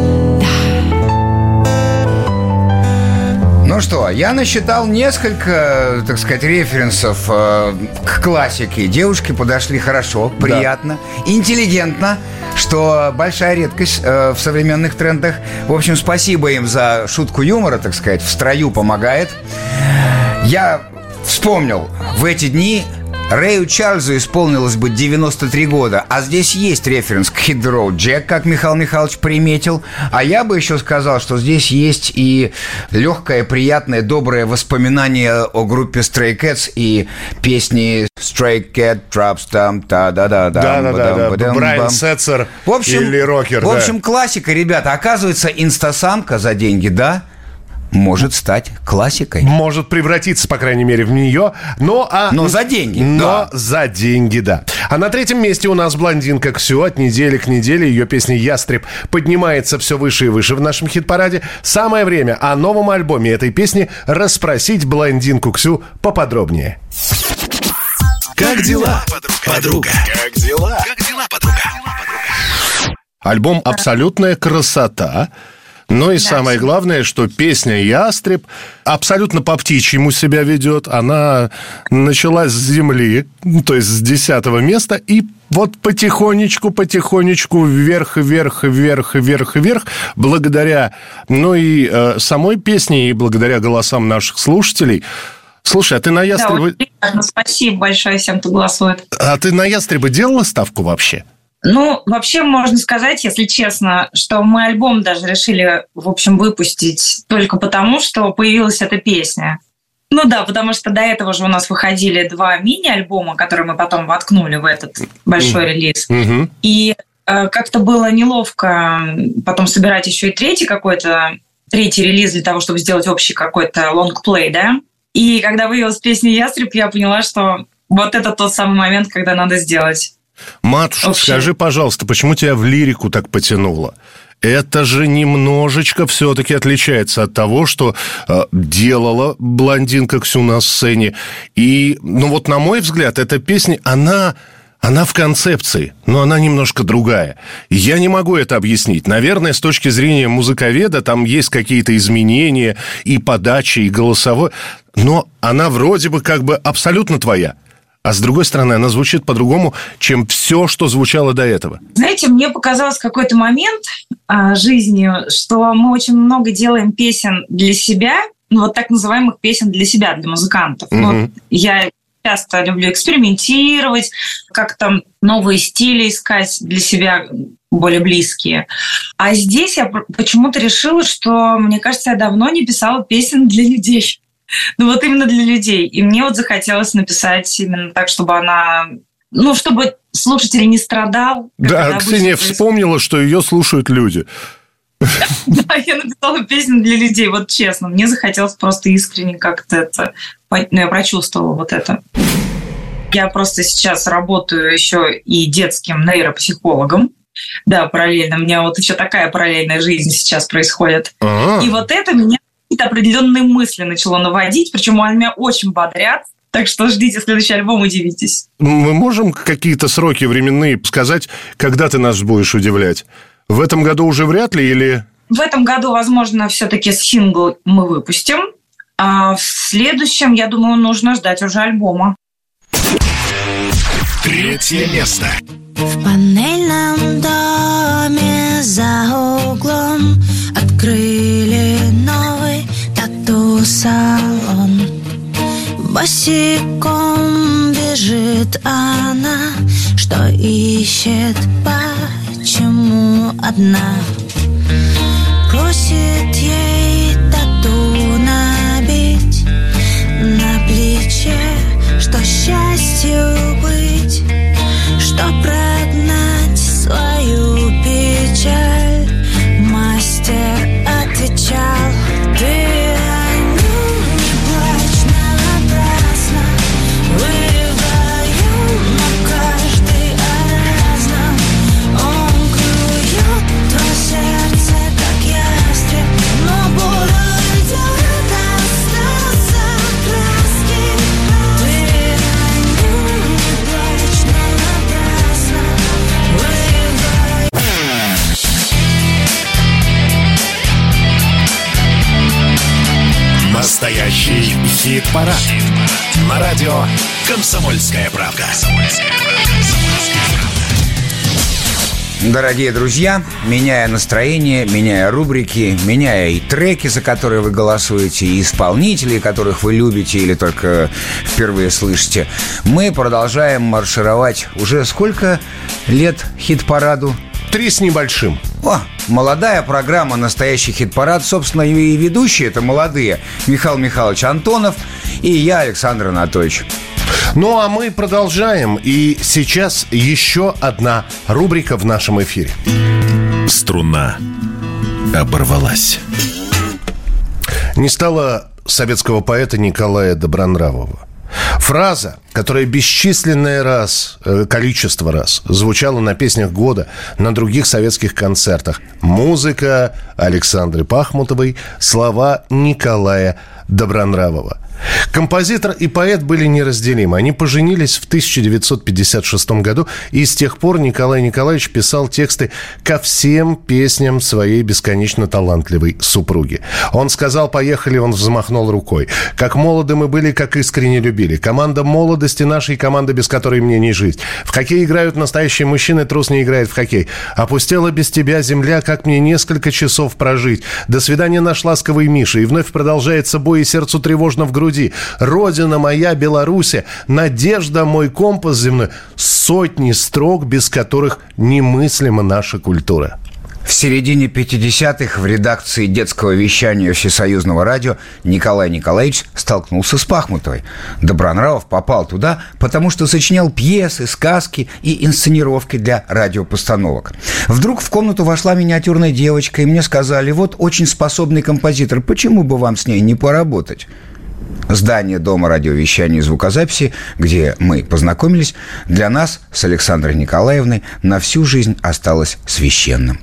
Ну что, я насчитал несколько, так сказать, референсов э, к классике. Девушки подошли хорошо, приятно, да. Интеллигентно, что большая редкость э, в современных трендах. В общем, спасибо им за шутку юмора, так сказать, в строю помогает. Я вспомнил, в эти дни Рэю Чарльзу исполнилось бы девяносто три года, а здесь есть референс к Hit the Road Jack, как Михаил Михайлович приметил. А я бы еще сказал, что здесь есть и легкое, приятное, доброе воспоминание о группе Stray Cats и песни Stray Cat Traps там та да да да да да да Брайан Сетцер или рокер. В общем, классика, ребята. Оказывается, инстасамка за деньги, да, может стать классикой. Может превратиться, по крайней мере, в нее. Но, а... но за деньги. Но да. за деньги, да. А на третьем месте у нас блондинка Ксю. От недели к неделе ее песня «Ястреб» поднимается все выше и выше в нашем хит-параде. Самое время о новом альбоме этой песни расспросить блондинку Ксю поподробнее. Как дела, подруга? Как дела? Как дела, подруга? Альбом «Абсолютная красота». Ну и да, самое главное, что песня «Ястреб» абсолютно по-птичьему себя ведет. Она началась с земли, то есть с десятого места, и вот потихонечку, потихонечку вверх, вверх, вверх, вверх, вверх, благодаря, ну и э, самой песне, и благодаря голосам наших слушателей. Слушай, а ты на «Ястреба»... Да, приятно. Спасибо большое всем, кто голосует. А ты на «Ястреба» делала ставку вообще? Ну, вообще можно сказать, если честно, что мы альбом даже решили, в общем, выпустить только потому, что появилась эта песня. Ну да, потому что до этого же у нас выходили два мини-альбома, которые мы потом воткнули в этот большой релиз. Mm-hmm. И э, как-то было неловко потом собирать еще и третий какой-то, третий релиз для того, чтобы сделать общий какой-то лонгплей, да? И когда появилась песня «Ястреб», я поняла, что вот это тот самый момент, когда надо сделать. Матушка, Вообще. скажи, пожалуйста, почему тебя в лирику так потянуло? Это же немножечко все-таки отличается от того, что э, делала блондинка Ксю на сцене. И, ну вот, на мой взгляд, эта песня, она... Она в концепции, но она немножко другая. Я не могу это объяснить. Наверное, с точки зрения музыковеда там есть какие-то изменения и подачи, и голосовой. Но она вроде бы как бы абсолютно твоя. А с другой стороны, она звучит по-другому, чем все, что звучало до этого. Знаете, мне показалось в какой-то момент а, жизни, что мы очень много делаем песен для себя, ну, вот так называемых песен для себя, для музыкантов. Mm-hmm. Вот я часто люблю экспериментировать, как-то новые стили искать для себя более близкие. А здесь я почему-то решила, что, мне кажется, я давно не писала песен для людей. Ну вот именно для людей. И мне вот захотелось написать именно так, чтобы она... Ну, чтобы слушатель не страдал. Да, Ксения вспомнила, что ее слушают люди. Да, я написала песню для людей, вот честно. Мне захотелось просто искренне как-то это... Ну, я прочувствовала вот это. Я просто сейчас работаю еще и детским нейропсихологом. Да, параллельно. У меня вот еще такая параллельная жизнь сейчас происходит. А-а-а. И вот это меня какие-то определенные мысли начало наводить, причем они меня очень бодрят. Так что ждите следующий альбом, удивитесь. Мы можем какие-то сроки временные сказать, когда ты нас будешь удивлять? В этом году уже вряд ли или... В этом году, возможно, все-таки сингл мы выпустим. А в следующем, я думаю, нужно ждать уже альбома. Третье место. В панельном доме за углом открыли новый тату-салон. Босиком бежит она, что ищет, почему одна. Просит ей тату набить на плече, что счастью быть, что прогнать свою печаль. Мастер отвечал: ты не плачь, Настоящий хит-парад. Хит-парад. На радио «Комсомольская правда». Дорогие друзья, меняя настроение, меняя рубрики, меняя и треки, за которые вы голосуете, и исполнителей, которых вы любите или только впервые слышите, мы продолжаем маршировать уже сколько лет хит-параду? Три с небольшим. О, молодая программа «Настоящий хит-парад». Собственно, и ведущие это молодые. Михаил Михайлович Антонов и я, Александр Анатольевич. Ну, а мы продолжаем. И сейчас еще одна рубрика в нашем эфире. Струна оборвалась. Не стало советского поэта Николая Добронравова. Фраза, которая бесчисленное раз, количество раз звучала на песнях года, на других советских концертах. Музыка Александры Пахмутовой, слова Николая Добронравова. Композитор и поэт были неразделимы. Они поженились в тысяча девятьсот пятьдесят шестом году, и с тех пор Николай Николаевич писал тексты ко всем песням своей бесконечно талантливой супруги. Он сказал «поехали», он взмахнул рукой. «Как молоды мы были, как искренне любили. Команда молодости нашей, команда, без которой мне не жить. В хоккей играют настоящие мужчины, трус не играет в хоккей. Опустела без тебя земля, как мне несколько часов прожить. До свидания, наш ласковый Миша». И вновь продолжается бой, и сердцу тревожно в груди. Родина моя, Беларусь, надежда, мой компас земной. Сотни строк, без которых немыслима наша культура. В середине пятидесятых в редакции детского вещания Всесоюзного радио Николай Николаевич столкнулся с Пахмутовой. Добронравов попал туда, потому что сочинял пьесы, сказки и инсценировки для радиопостановок. Вдруг в комнату вошла миниатюрная девочка, и мне сказали: вот очень способный композитор, почему бы вам с ней не поработать? Здание Дома радиовещания и звукозаписи, где мы познакомились, для нас с Александрой Николаевной на всю жизнь осталось священным.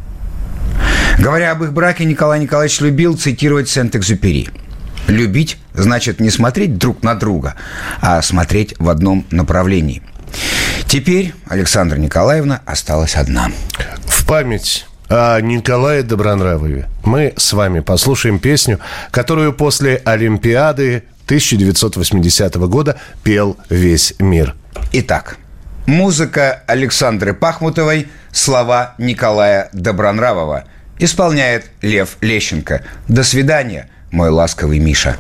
Говоря об их браке, Николай Николаевич любил цитировать Сент-Экзюпери. Любить значит не смотреть друг на друга, а смотреть в одном направлении. Теперь Александра Николаевна осталась одна. В память о Николае Добронравове мы с вами послушаем песню, которую после Олимпиады тысяча девятьсот восьмидесятого года пел весь мир. Итак, музыка Александры Пахмутовой, слова Николая Добронравова. Исполняет Лев Лещенко. До свидания, мой ласковый Миша.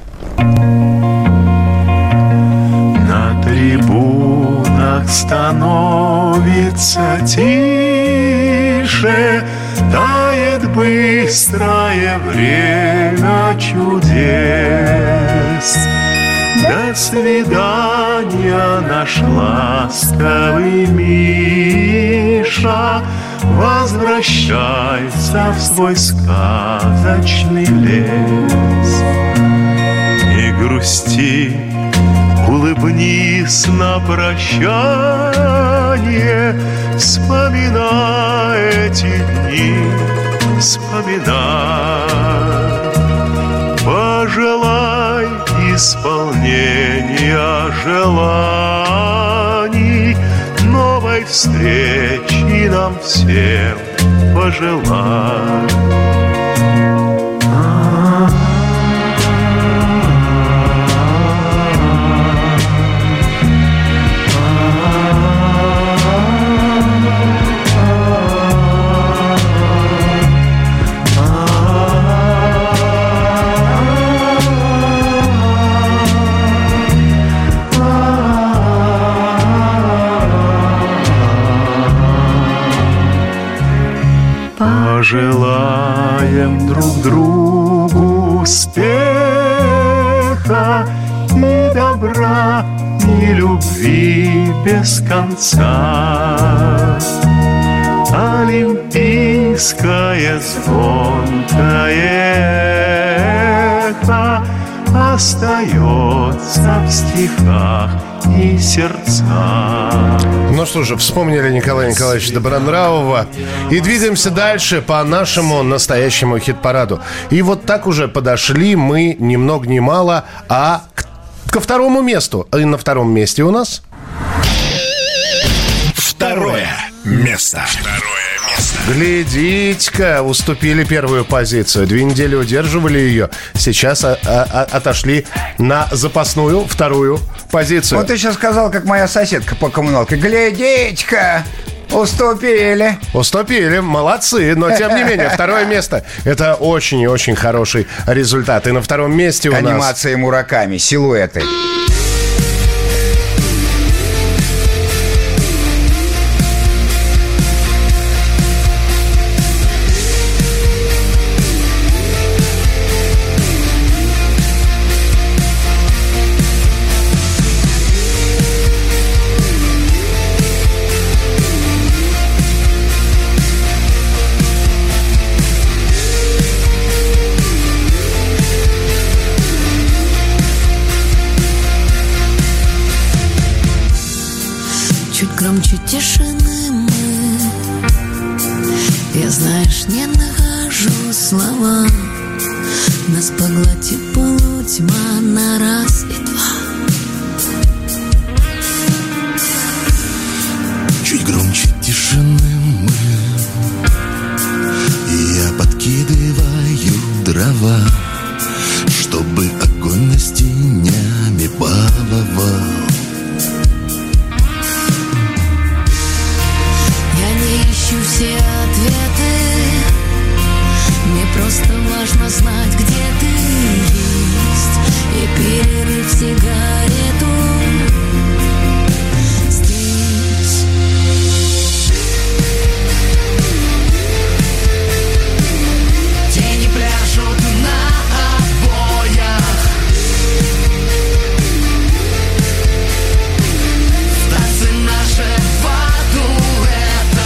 На трибунах становится тише, тает быстрое время чудес. До свидания, наш ласковый Миша, возвращайся в свой сказочный лес. Не грусти, улыбнись на прощание, вспоминай эти дни, вспоминай. Пожелай исполнения желаний, новой встречи нам всем пожелай. Пожелаем друг другу успеха и добра, и любви без конца. Олимпийское звонкое эхо остается в стихах и сердца. Ну что же, вспомнили Николая Николаевича Добронравова и двигаемся дальше по нашему настоящему хит-параду. И вот так уже подошли мы ни много ни мало, а к, ко второму месту. И на втором месте у нас... Второе место. Второе место. Глядите-ка, уступили первую позицию. Две недели удерживали ее. Сейчас а, а, отошли на запасную вторую позицию. Вот ты сейчас сказал, как моя соседка по коммуналке. Глядите-ка, уступили. Уступили, молодцы. Но, тем не менее, второе место. Это очень и очень хороший результат. И на втором месте у нас... Анимация Мураками, силуэты. Громче тишины мы. Я, знаешь, не нахожу слова. Нас поглотит полутьма на раз и два. Чуть громче тишины мы. И я подкидываю дрова, чтобы огонь над тенями баловал. Все ответы. Мне просто важно знать, где ты есть. И перерыв сигарету здесь. Тени пляшут на обоях. Танцы нашего дуэта.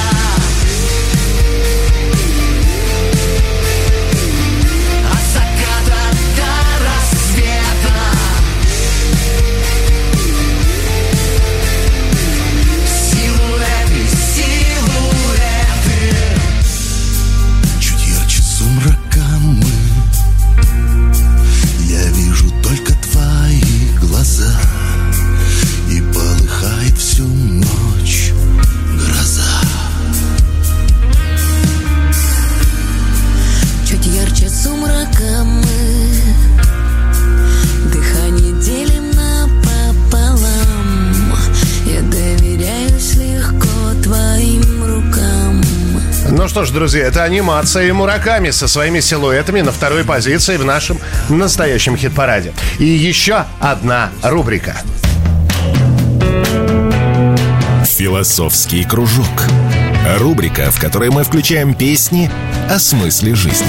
Ну что ж, друзья, это анимация Мураками со своими силуэтами на второй позиции в нашем настоящем хит-параде. И еще одна рубрика. Философский кружок. Рубрика, в которой мы включаем песни о смысле жизни.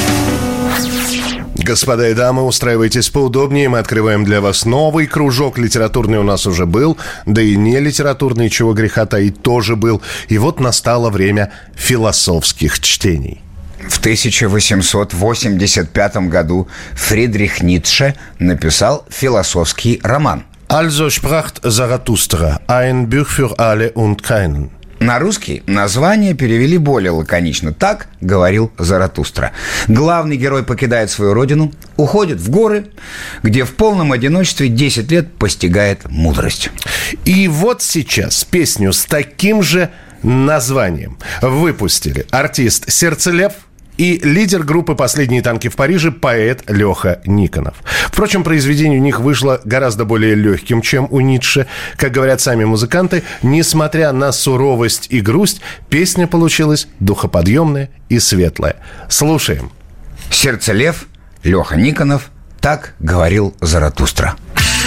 Господа и дамы, устраивайтесь поудобнее. Мы открываем для вас новый кружок. Литературный у нас уже был, да и не литературный, чего греха таить, тоже был. И вот настало время философских чтений. В тысяча восемьсот восемьдесят пятом году Фридрих Ницше написал философский роман. Also spricht Zarathustra, ein Buch für alle und keinen. На русский название перевели более лаконично. Так говорил Заратустра. Главный герой покидает свою родину, уходит в горы, где в полном одиночестве десять лет постигает мудрость. И вот сейчас песню с таким же названием выпустили артист Сердцелев и лидер группы «Последние танки в Париже» поэт Леха Никонов. Впрочем, произведение у них вышло гораздо более легким, чем у Ницше. Как говорят сами музыканты, несмотря на суровость и грусть, песня получилась духоподъемная и светлая. Слушаем. Сердцелев, Леха Никонов. Так говорил Заратустра.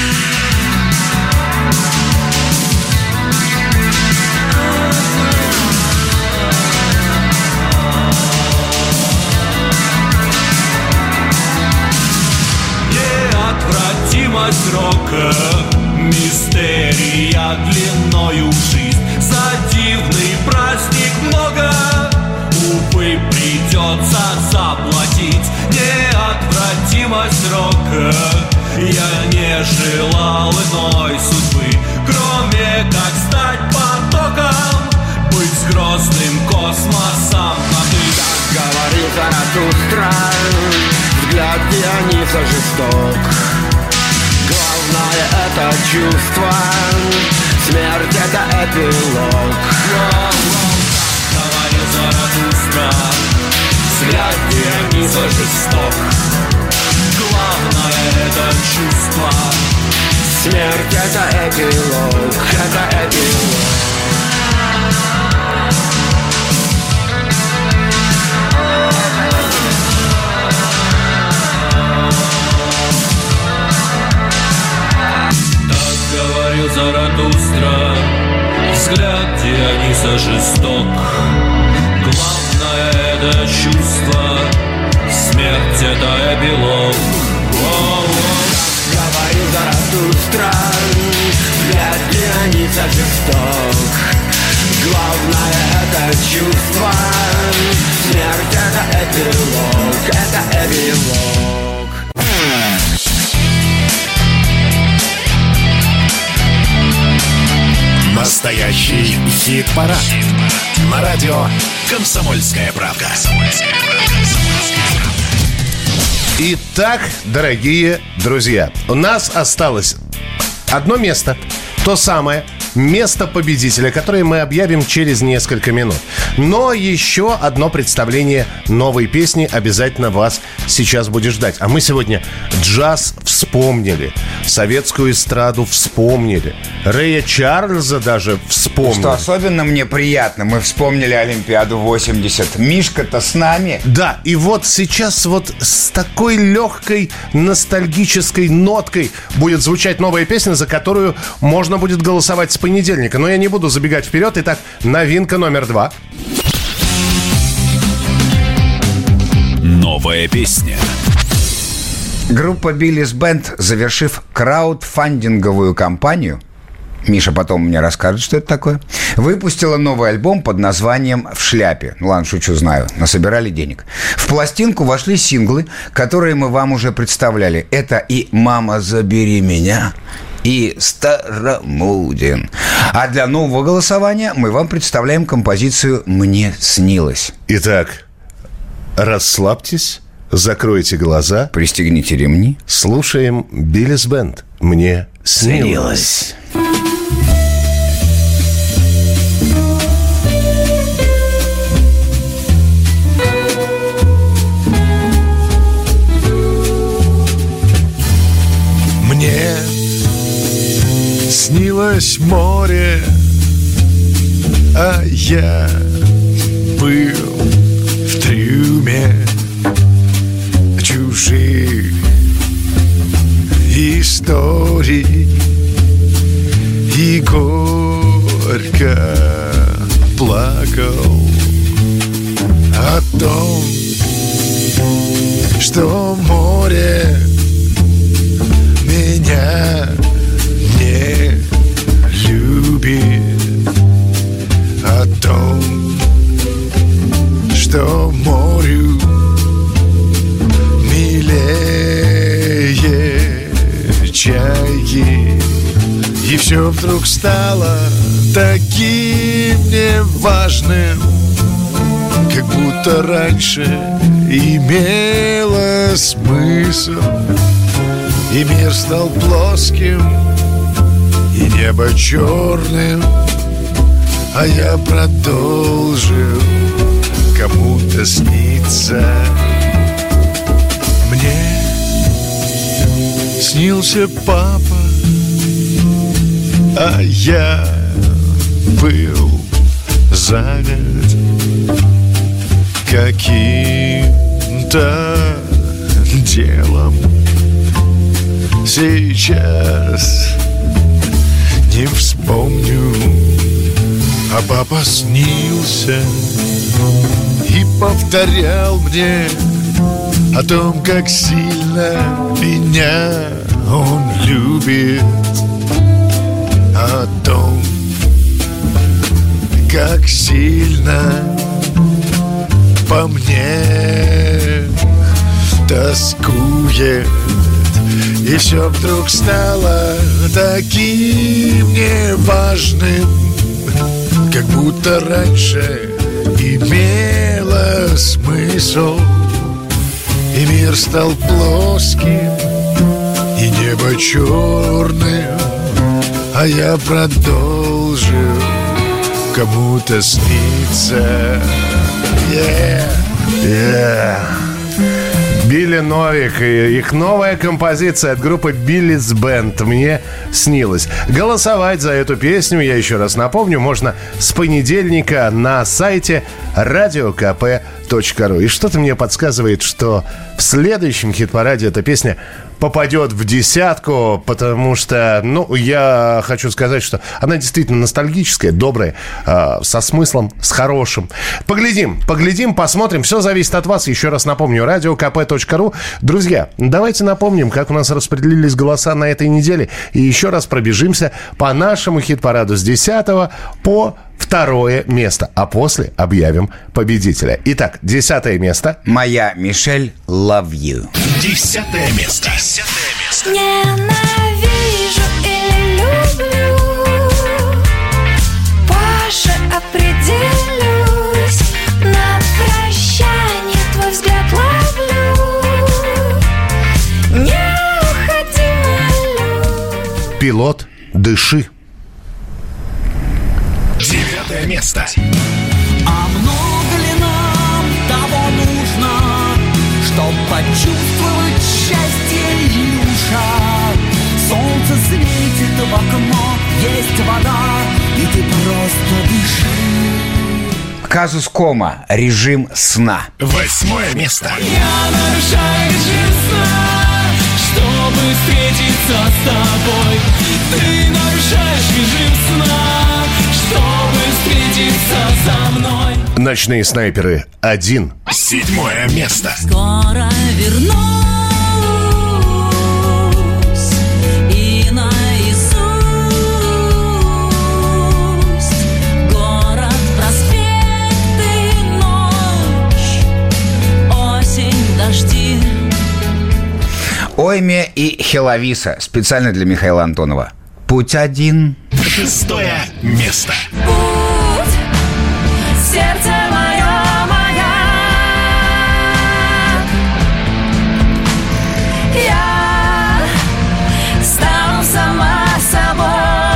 Рока, мистерия длиною в жизнь. За дивный праздник много, увы, придется заплатить. Неотвратимость рока, я не желал иной судьбы, кроме как стать потоком, быть с грозным космосом. А ты так говорил Заратустра, взгляд Диониса жесток. Главное это чувство, смерть это эпилог. Говорил Заратустра, взгляд Диониза жесток. Главное это чувство. Смерть это эпилог, это эпилог. Говорил Заратустра, взгляд Диониса жесток. Главное это чувство, смерть это эпилог. Говорил Заратустра, взгляд Диониса жесток. Главное это чувство, смерть это эпилог, это эпилог. Настоящий хит-парад. Хит на радио «Комсомольская правда». Итак, дорогие друзья, у нас осталось одно место, то самое место победителя, которое мы объявим через несколько минут. Но еще одно представление новой песни обязательно вас сейчас будет ждать. А мы сегодня джаз вспомнили, советскую эстраду вспомнили, Рэя Чарльза даже вспомнили. Что особенно мне приятно, мы вспомнили Олимпиаду восемьдесят. Мишка-то с нами. Да, и вот сейчас вот с такой легкой ностальгической ноткой будет звучать новая песня, за которую можно будет голосовать с понедельника. Но я не буду забегать вперед. Итак, новинка номер два. Новая песня. Группа Billys Band, завершив краудфандинговую кампанию, Миша потом мне расскажет, что это такое, выпустила новый альбом под названием «В шляпе». Ну ладно, шучу, знаю. Насобирали денег. В пластинку вошли синглы, которые мы вам уже представляли. Это и «Мама, забери меня», и «Старомудин». А для нового голосования мы вам представляем композицию «Мне снилось». Итак, расслабьтесь, закройте глаза, пристегните ремни. Слушаем Billys Band. «Мне снилось». Мне снилось море, а я был в трюме чужих историй и горько плакал о том, что море меня не любит, о том, что морю милее чайки. И все вдруг стало таким неважным, как будто раньше имело смысл. И мир стал плоским, и небо черным, а я продолжил кому-то сниться. Мне снился папа, а я был занят каким-то делом. Сейчас не вспомню, а папа снился и повторял мне о том, как сильно меня он любит, о том, как сильно по мне тоскует. И все вдруг стало таким неважным, как будто раньше имело смысл. И мир стал плоским, и небо черным, а я продолжил кому-то сниться. Yeah. Yeah. Билли Новик и их новая композиция от группы Billy's Band «Мне снилось». Голосовать за эту песню, я еще раз напомню, можно с понедельника на сайте радио ка пэ точка ру. И что-то мне подсказывает, что в следующем хит-параде эта песня попадет в десятку, потому что, ну, я хочу сказать, что она действительно ностальгическая, добрая, э, со смыслом, с хорошим. Поглядим, поглядим, посмотрим. Все зависит от вас. Еще раз напомню, радио ка пэ точка ру. Друзья, давайте напомним, как у нас распределились голоса на этой неделе. И еще раз пробежимся по нашему хит-параду с десятого по второе место. А после объявим победителя. Итак, десятое место. Моя Мишель, Love You. Десятое место. Десятое место. Ненавижу или люблю, позже определюсь. На прощание твой взгляд ловлю. Не уходи, молю. Пилот, дыши. Девятое место. А много ли нам того нужно, чтоб почувствовать счастье, Илюша? Солнце светит в окно, есть вода, и ты просто дыши. Казус Кома. Режим сна. Восьмое место. Я нарушаю режим сна, чтобы встретиться с тобой. Ты нарушаешь режим сна, чтобы встретиться со мной. Ночные снайперы один. Седьмое место. Скоро вернусь и наизусть город, проспекты, ночь, осень, дожди. Ойме и Хеловиса. Специально для Михаила Антонова. Путь один. Шестое место. Путь, сердце мое, маяк. Я стану сама собой.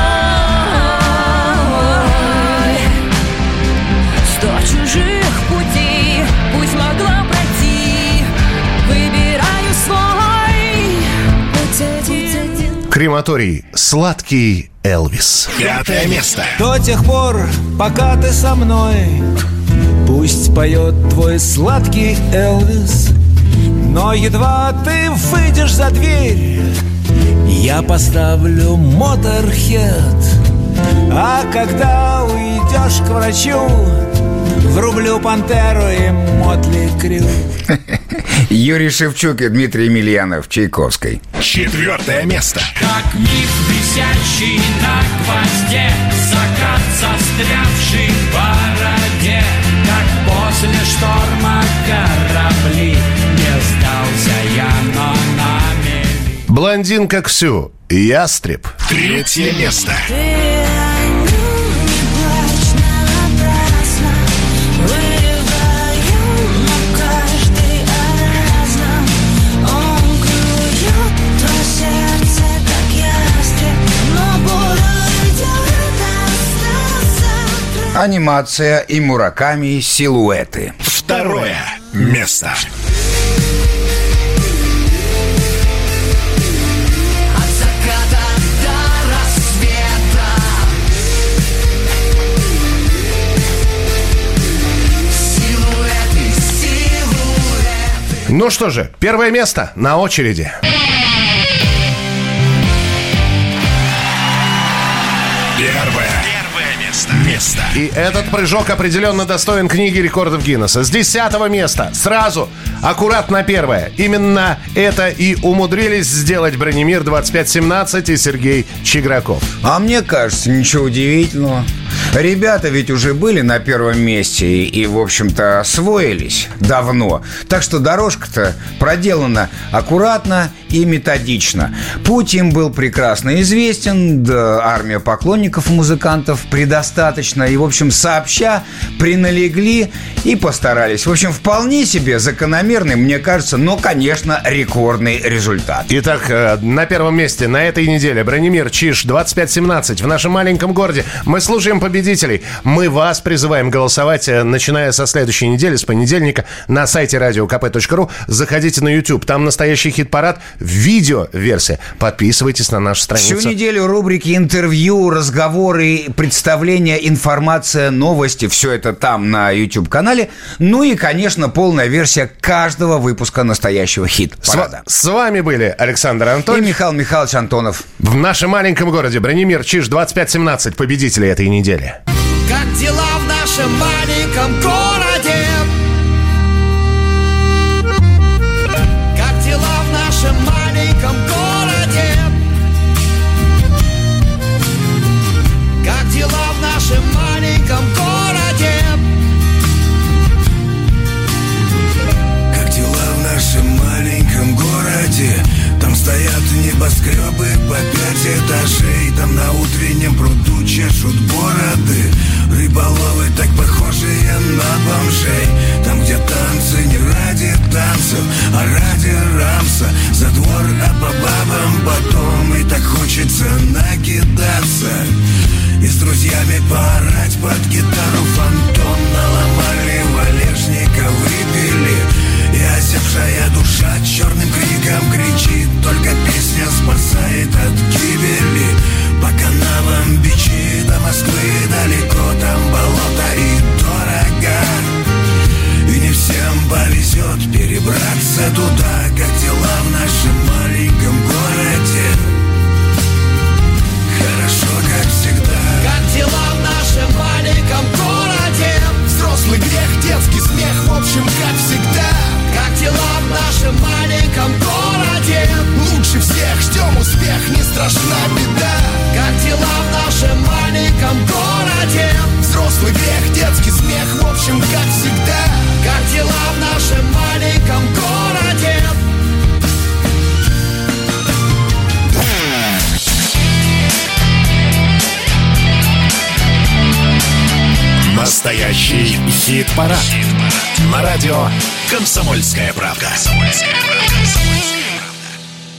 Сто чужих путей путь могла пройти. Выбираю свой путь один. Крематорий. Сладкий Элвис. Пятое место. До тех пор, пока ты со мной, пусть поет твой сладкий Элвис. Но едва ты выйдешь за дверь, я поставлю Моторхед. А когда уйдешь к врачу, врублю Пантеру и Мотли Крю. Юрий Шевчук и Дмитрий Емельянов. Чайковской. Четвертое место. Как миф, висящий на гвозде, закат, застрявший в бороде. Как после шторма корабли, не сдался я, но на мели. Блондинка Ксю. Ястреб. Третье место. Анимация и Мураками. Силуэты. Второе место. От заката до рассвета. Силуэты, силуэты. Ну что же, первое место на очереди. Первое. Место. Место. И этот прыжок определенно достоин книги рекордов Гиннесса. С десятого места сразу, аккурат на первое. Именно это и умудрились сделать Бронемир двадцать пять семнадцать и Сергей Чиграков. А мне кажется, ничего удивительного. Ребята ведь уже были на первом месте и, и, в общем-то, освоились давно. Так что дорожка-то проделана аккуратно и методично. Путь им был прекрасно известен, да, армия поклонников у музыкантов предостаточно. И, в общем, сообща приналегли и постарались. В общем, вполне себе закономерный, мне кажется, но, конечно, рекордный результат. Итак, на первом месте на этой неделе Бронемир, Чиж, двадцать пять семнадцать. В нашем маленьком городе мы слушаем победителей. Мы вас призываем голосовать, начиная со следующей недели, с понедельника, на сайте радио ка пэ точка ру. Заходите на YouTube, там настоящий хит-парад, видео-версия. Подписывайтесь на нашу страницу. Всю неделю рубрики интервью, разговоры, представления, информация, новости. Все это там на YouTube-канале. Ну и, конечно, полная версия каждого выпуска настоящего хит-парада. С, с вами были Александр Антонович и Михаил Михайлович Антонов. В нашем маленьком городе Бранимир, Чиж, двадцать пять семнадцать, победители этой недели. Как дела в нашем маленьком городе? Как дела в нашем маленьком городе? Как дела в нашем маленьком городе? Как дела в нашем маленьком городе? Там стоят небоскребы по пять этажей. Там на утреннем пруду чешут бороды рыболовы, так похожие на бомжей. Там, где танцы не ради танцев, а ради рамса. За двор, а по бабам потом. И так хочется накидаться и с друзьями поорать под гитару фантом. Наломали валежника, выпили, и осевшая душа черным криком кричит. Только песня спасает от гибели. По канавам бичи до Москвы далеко. Там болото и дорого, и не всем повезет перебраться туда. Как дела в нашем маленьком городе? Хорошо, как всегда. Как дела в нашем маленьком городе? Взрослый грех, детский смех, в общем, как всегда. Как дела в нашем маленьком городе? Лучше всех ждем успех, не страшна беда. Как дела в нашем маленьком городе? Взрослый грех, детский смех, в общем, как всегда. Как дела в нашем маленьком городе? Настоящий хит-парад. Хит-парад. На радио «Комсомольская правда». «Комсомольская правда».